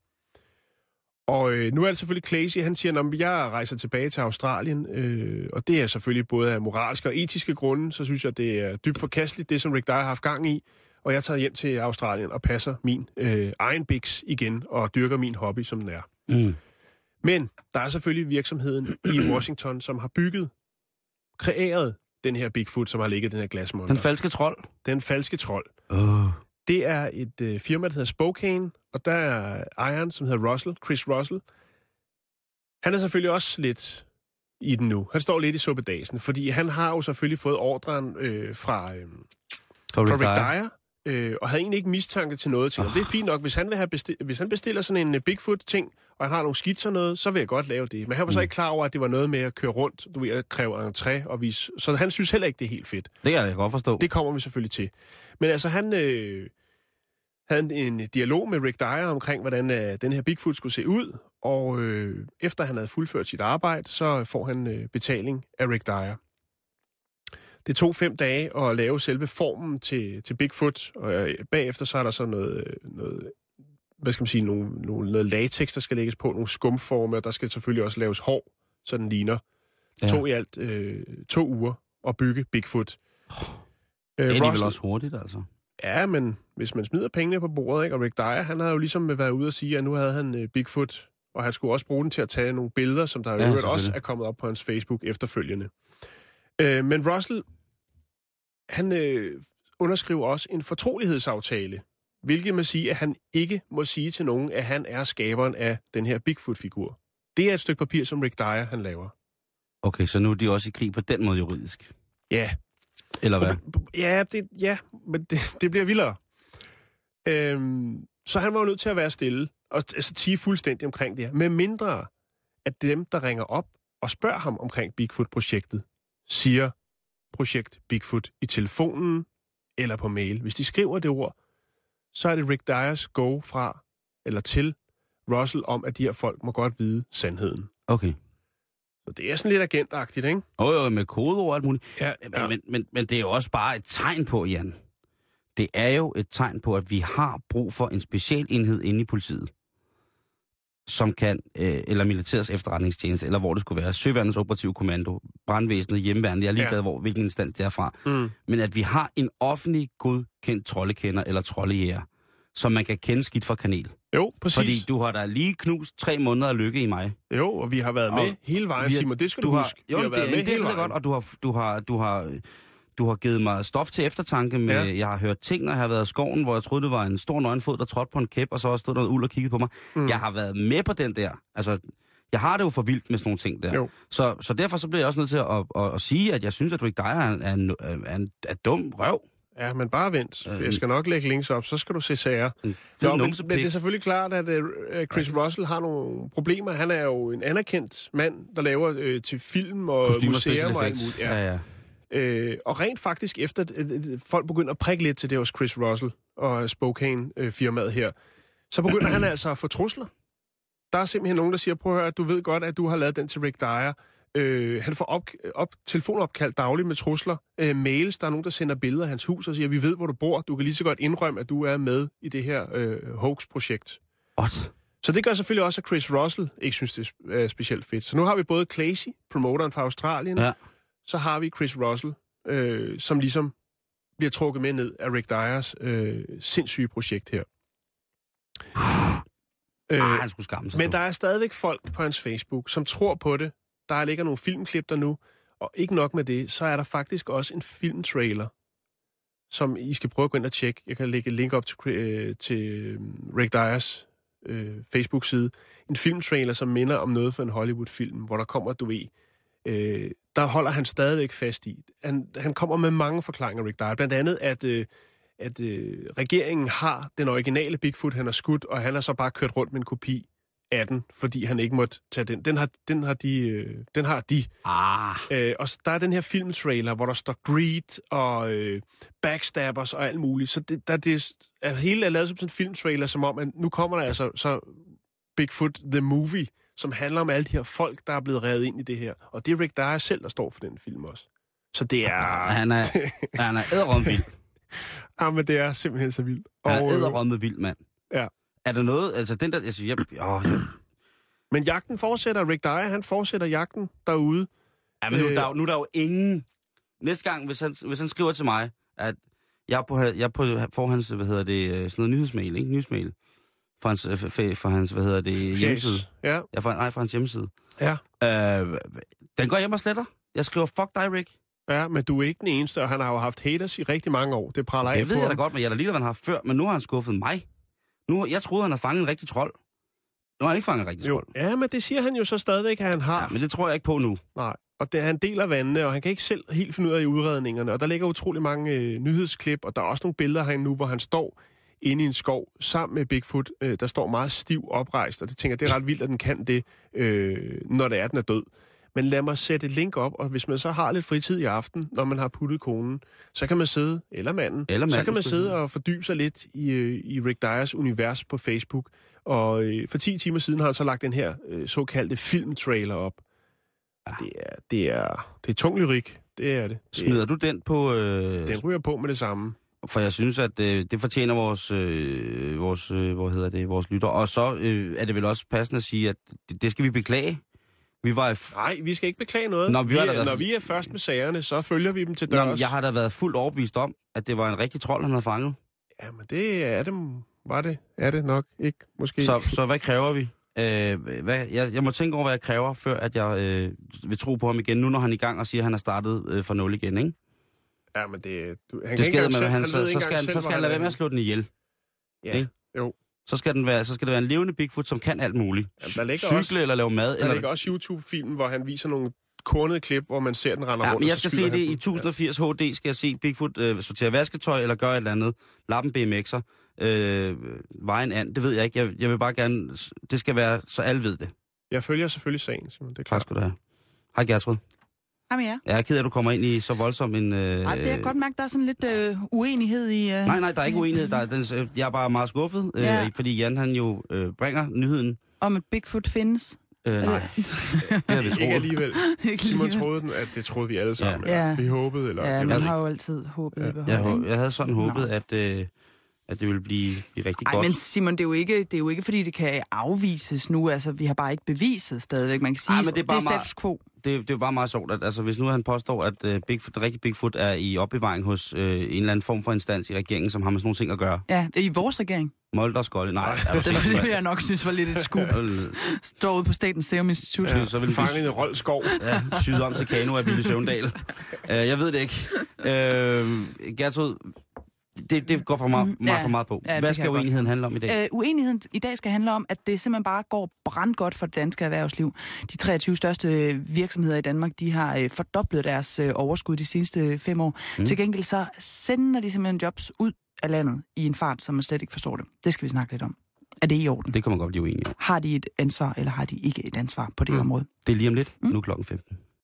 Og øh, nu er det selvfølgelig Clancy, han siger, at jeg rejser tilbage til Australien, øh, og det er selvfølgelig både af moralske og etiske grunde, så synes jeg, det er dybt forkasteligt, det som Rick Dyer har haft gang i, og jeg tager hjem til Australien og passer min øh, egen biks igen, og dyrker min hobby, som den er. Mm. Men der er selvfølgelig virksomheden i Washington, som har bygget, kreeret den her Bigfoot, som har ligget i den her glasmonter. Den falske trold? Den falske trold. Uh. Det er et øh, firma, der hedder Spokane, og der er ejeren, som hedder Russell, Chris Russell. Han er selvfølgelig også lidt i den nu. Han står lidt i suppedasen, fordi han har jo selvfølgelig fået ordren øh, fra, øh, fra Rick Dyer, øh, og havde egentlig ikke mistanke til noget til ham. Oh. Det er fint nok, hvis han, vil have bestil- hvis han bestiller sådan en uh, Bigfoot-ting, og han har nogle skitser og noget, så vil jeg godt lave det. Men han var så ikke klar over, at det var noget med at køre rundt, du ved, at kræve entré og vise. Så han synes heller ikke, det er helt fedt. Det kan jeg godt forstå. Det kommer vi selvfølgelig til. Men altså, han øh, havde en dialog med Rick Dyer omkring, hvordan øh, den her Bigfoot skulle se ud, og øh, efter han havde fuldført sit arbejde, så får han øh, betaling af Rick Dyer. Det tog fem dage at lave selve formen til, til Bigfoot, og øh, bagefter så er der så noget, noget hvad skal man sige, nogle, nogle, noget latex, der skal lægges på, nogle skumformer, der skal selvfølgelig også laves hår, så den ligner. Det ja. tog i alt øh, to uger at bygge Bigfoot. Oh, det er øh, vel også hurtigt, altså. Ja, men hvis man smider pengene på bordet, ikke? Og Rick Dyer, han havde jo ligesom været ude og sige, at nu havde han øh, Bigfoot, og han skulle også bruge den til at tage nogle billeder, som der ja, jo også er kommet op på hans Facebook efterfølgende. Øh, men Russell, han øh, underskriver også en fortrolighedsaftale, hvilket må sige, at han ikke må sige til nogen, at han er skaberen af den her Bigfoot-figur. Det er et stykke papir, som Rick Dyer, han laver. Okay, så nu er de også i krig på den måde juridisk? Ja. Eller hvad? Ja, det, ja men det, det bliver vildere. Øhm, så han var jo nødt til at være stille, og altså tige fuldstændig omkring det her. Med mindre, at dem, der ringer op og spørger ham omkring Bigfoot-projektet, siger projekt Bigfoot i telefonen eller på mail. Hvis de skriver det ord, så er det Rick Dyers go fra eller til Russell om, at de her folk må godt vide sandheden. Okay. Så det er sådan lidt agentagtigt, ikke? Jo, jo, med kodeord og alt muligt. Ja, ja. Men, men, men det er jo også bare et tegn på, Jan. Det er jo et tegn på, at vi har brug for en specialenhed inde i politiet, som kan, øh, eller militærets efterretningstjeneste, eller hvor det skulle være, Søværnets operative kommando, brandvæsenet, hjemmeværnet, jeg er ligeglad, ja. hvor, hvilken instans det er fra. Mm. Men at vi har en offentlig godkendt troldekender eller troldejæger, som man kan kende skidt fra kanel. Jo, præcis. Fordi du har da lige knust tre måneder af lykke i mig. Jo, og vi har været med og hele vejen, har, Simon. Det skal du, du huske. Jo, vi har det, været det, med det hele vejen. Godt, og du har, du har, du har, du har givet mig stof til eftertanke. Med, ja. Jeg har hørt ting, når jeg har været i skoven, hvor jeg troede, det var en stor nøgenfod, der trådte på en kæp, og så også stod noget uld og kiggede på mig. Mm. Jeg har været med på den der. Altså, jeg har det jo for vildt med sådan nogle ting der. Så, så derfor så bliver jeg også nødt til at, at, at, at sige, at jeg synes, at Rick Dyer er en, er en, er en er dum røv. Ja, men bare vent. Jeg skal nok lægge links op, så skal du se sager. Nå, men, men det er selvfølgelig klart, at uh, Chris Russell har nogle problemer. Han er jo en anerkendt mand, der laver øh, til film og Kostymer, museer og alt muligt. Ja, ja. Øh, og rent faktisk, efter øh, folk begynder at prikke lidt til det hos Chris Russell og Spokane-firmaet her, så begynder han altså at få trusler. Der er simpelthen nogen, der siger, prøv at høre, at du ved godt, at du har lavet den til Rick Dyer. Øh, han får op, op, telefonopkald dagligt med trusler, øh, mails, der er nogen, der sender billeder af hans hus og siger, vi ved, hvor du bor, du kan lige så godt indrømme, at du er med i det her øh, hoax-projekt. What? Så det gør selvfølgelig også, at Chris Russell ikke synes, det er specielt fedt. Så nu har vi både Clancy, promoteren fra Australien, ja. Så har vi Chris Russell, øh, som ligesom bliver trukket med ned af Rick Dyers øh, sindssyge projekt her. Øh, ah, han skulle skamme sig. Men der er stadigvæk folk på hans Facebook, som tror på det. Der ligger nogle filmklip der nu, og ikke nok med det, så er der faktisk også en filmtrailer, som I skal prøve at gå ind og tjekke. Jeg kan lægge et link op til, øh, til Rick Dyers øh, Facebook-side. En filmtrailer, som minder om noget fra en Hollywood-film, hvor der kommer, du ved, øh, der holder han stadigvæk fast i. Han, han kommer med mange forklaringer, Rick Dyer. Blandt andet, at, øh, at øh, regeringen har den originale Bigfoot, han har skudt, og han har så bare kørt rundt med en kopi af den, fordi han ikke måtte tage den. Den har, den har de. Øh, den har de. Ah. Øh, og der er den her filmtrailer, hvor der står greed og øh, backstabbers og alt muligt. Så det, der, det er, hele er lavet som sådan en filmtrailer, som om, at nu kommer der altså så Bigfoot the Movie, som handler om alle de her folk, der er blevet revet ind i det her. Og det er Rick Dyer selv, der står for den film også. Så det er... Han er, han er æderrømme vild. Ja, men det er simpelthen så vildt. Han er æderrømme vild, mand. Ja. Er der noget... Altså, den der... Altså, jeg, åh, jeg... Men jagten fortsætter. Rick Dyer, han fortsætter jagten derude. Ja, men nu, øh... der, nu er der jo ingen... Næste gang, hvis han, hvis han skriver til mig, at jeg er på, jeg er på for hans, hvad hedder det, sådan noget nyhedsmail, ikke? Nyhedsmail. For hans, for hans, hvad hedder det, hjemmeside. Ja. Ja, for, nej, for hans hjemmeside. Ja. Øh, den går hjem og sletter. Jeg skriver, fuck dig, Rick. Ja, men du er ikke den eneste, og han har jo haft haters i rigtig mange år. Det praler af på. Det ved jeg da godt, men jeg har da lige, hvad han har før, men nu har han skuffet mig. Nu, jeg troede, han har fanget en rigtig trold. Nu har han ikke fanget en rigtig trold. Ja, men det siger han jo så stadigvæk, at han har. Ja, men det tror jeg ikke på nu. Nej, og det, han deler vandene, og han kan ikke selv helt finde ud af i udredningerne. Og der ligger utrolig mange øh, nyhedsklip, og der er også nogle billeder herinde nu, hvor han står inde i en skov sammen med Bigfoot, øh, der står meget stiv oprejst, og det tænker det er ret vildt, at den kan det, øh, når det er, den er død. Men lad mig sætte et link op, og hvis man så har lidt fritid i aften, når man har puttet konen, så kan man sidde, eller manden, eller manden så kan man sidde og fordybe sig lidt i, øh, i Rick Dyers univers på Facebook. Og øh, for ti timer siden har han så lagt den her øh, såkaldte filmtrailer op. Det er, det er, det er tung lyrik, det er det. det Smider er, du den på... Øh... Den ryger på med det samme. For jeg synes, at øh, det fortjener vores, øh, vores, øh, hvor hedder det, vores lytter. Og så øh, er det vel også passende at sige, at det, det skal vi beklage. Vi var f- Nej, vi skal ikke beklage noget. Når vi, vi, er, været... når vi er først med sagerne, så følger vi dem til dørs. Nå, jeg har da været fuldt overbevist om, at det var en rigtig trold, han havde fanget. Jamen, det er det. Var det? Er det nok ikke, måske. Så, så hvad kræver vi? Øh, hvad, jeg, jeg må tænke over, hvad jeg kræver, før at jeg øh, vil tro på ham igen, nu når han er i gang og siger, at han er startet øh, fra nul igen, ikke? Ja, men det... Du, han det skal man, selv, han, han, så, så skal han, så skal han lade være med at slå den ihjel. Ja, ikke? Jo. Så skal, den være, så skal det være en levende Bigfoot, som kan alt muligt. Jamen, Cykle også, eller lave mad. Der eller... ligger også YouTube-film, hvor han viser nogle kornede klip, hvor man ser, den render ja, rundt. Men jeg skal se det i i tusind og firs H D, skal jeg se Bigfoot øh, sortere vasketøj eller gøre et eller andet. Lappen B M X'er. Øh, vejen an, det ved jeg ikke. Jeg, jeg vil bare gerne... Det skal være, så alle ved det. Jeg følger selvfølgelig sagen, Simon. Det er klart. Tak skal du have. Hej Gertrud. Hej med jer. Jeg er ked af, at du kommer ind i så voldsom en... Øh... Ej, det er godt mærke, der er sådan lidt øh, uenighed i... Øh... Nej, nej, der er ikke uenighed. Der er, den, jeg er bare meget skuffet, øh, ja. fordi Jan han jo øh, bringer nyheden. Om at Bigfoot findes? Øh, nej, det har vi troet. Ikke alligevel. Simon troede den, at det troede vi alle sammen. Ja. Ja. Vi håbede, eller... Ja, man har jo altid håbet ja. i behov. Jeg, jeg havde sådan håbet, at... Øh, at det vil blive, blive rigtig Ej, godt. men Simon, det er, jo ikke, det er jo ikke, fordi det kan afvises nu. Altså, vi har bare ikke beviset stadigvæk. Man kan sige, Ej, det, er det er status quo. Det, det er jo bare meget sjovt, at altså, hvis nu han påstår, at uh, Bigfoot, den rigtige Bigfoot er i opbevaring hos uh, en eller anden form for instans i regeringen, som har med sådan nogle ting at gøre. Ja, i vores regering. Molder og Skolde. Nej, er det var det, jeg nok synes var lidt et skub. Står ude på Statens Serum Institut. Ja, så vil fange en rold skov. Ja, syet om til kano af Ville Søvndal. uh, jeg ved det ikke. Uh, Gertrud, det, det går for meget, mm, meget ja, for meget på. Ja, Hvad skal uenigheden godt. handle om i dag? Uh, uenigheden i dag skal handle om, at det simpelthen bare går brandgodt for det danske erhvervsliv. De treogtyve største virksomheder i Danmark, de har uh, fordoblet deres uh, overskud de seneste fem år. Mm. Til gengæld så sender de simpelthen jobs ud af landet i en fart, som man slet ikke forstår det. Det skal vi snakke lidt om. Er det i orden? Det kan man godt blive uenig om. Har de et ansvar, eller har de ikke et ansvar på det mm. område? Det er lige om lidt. Mm. Nu klokken femten.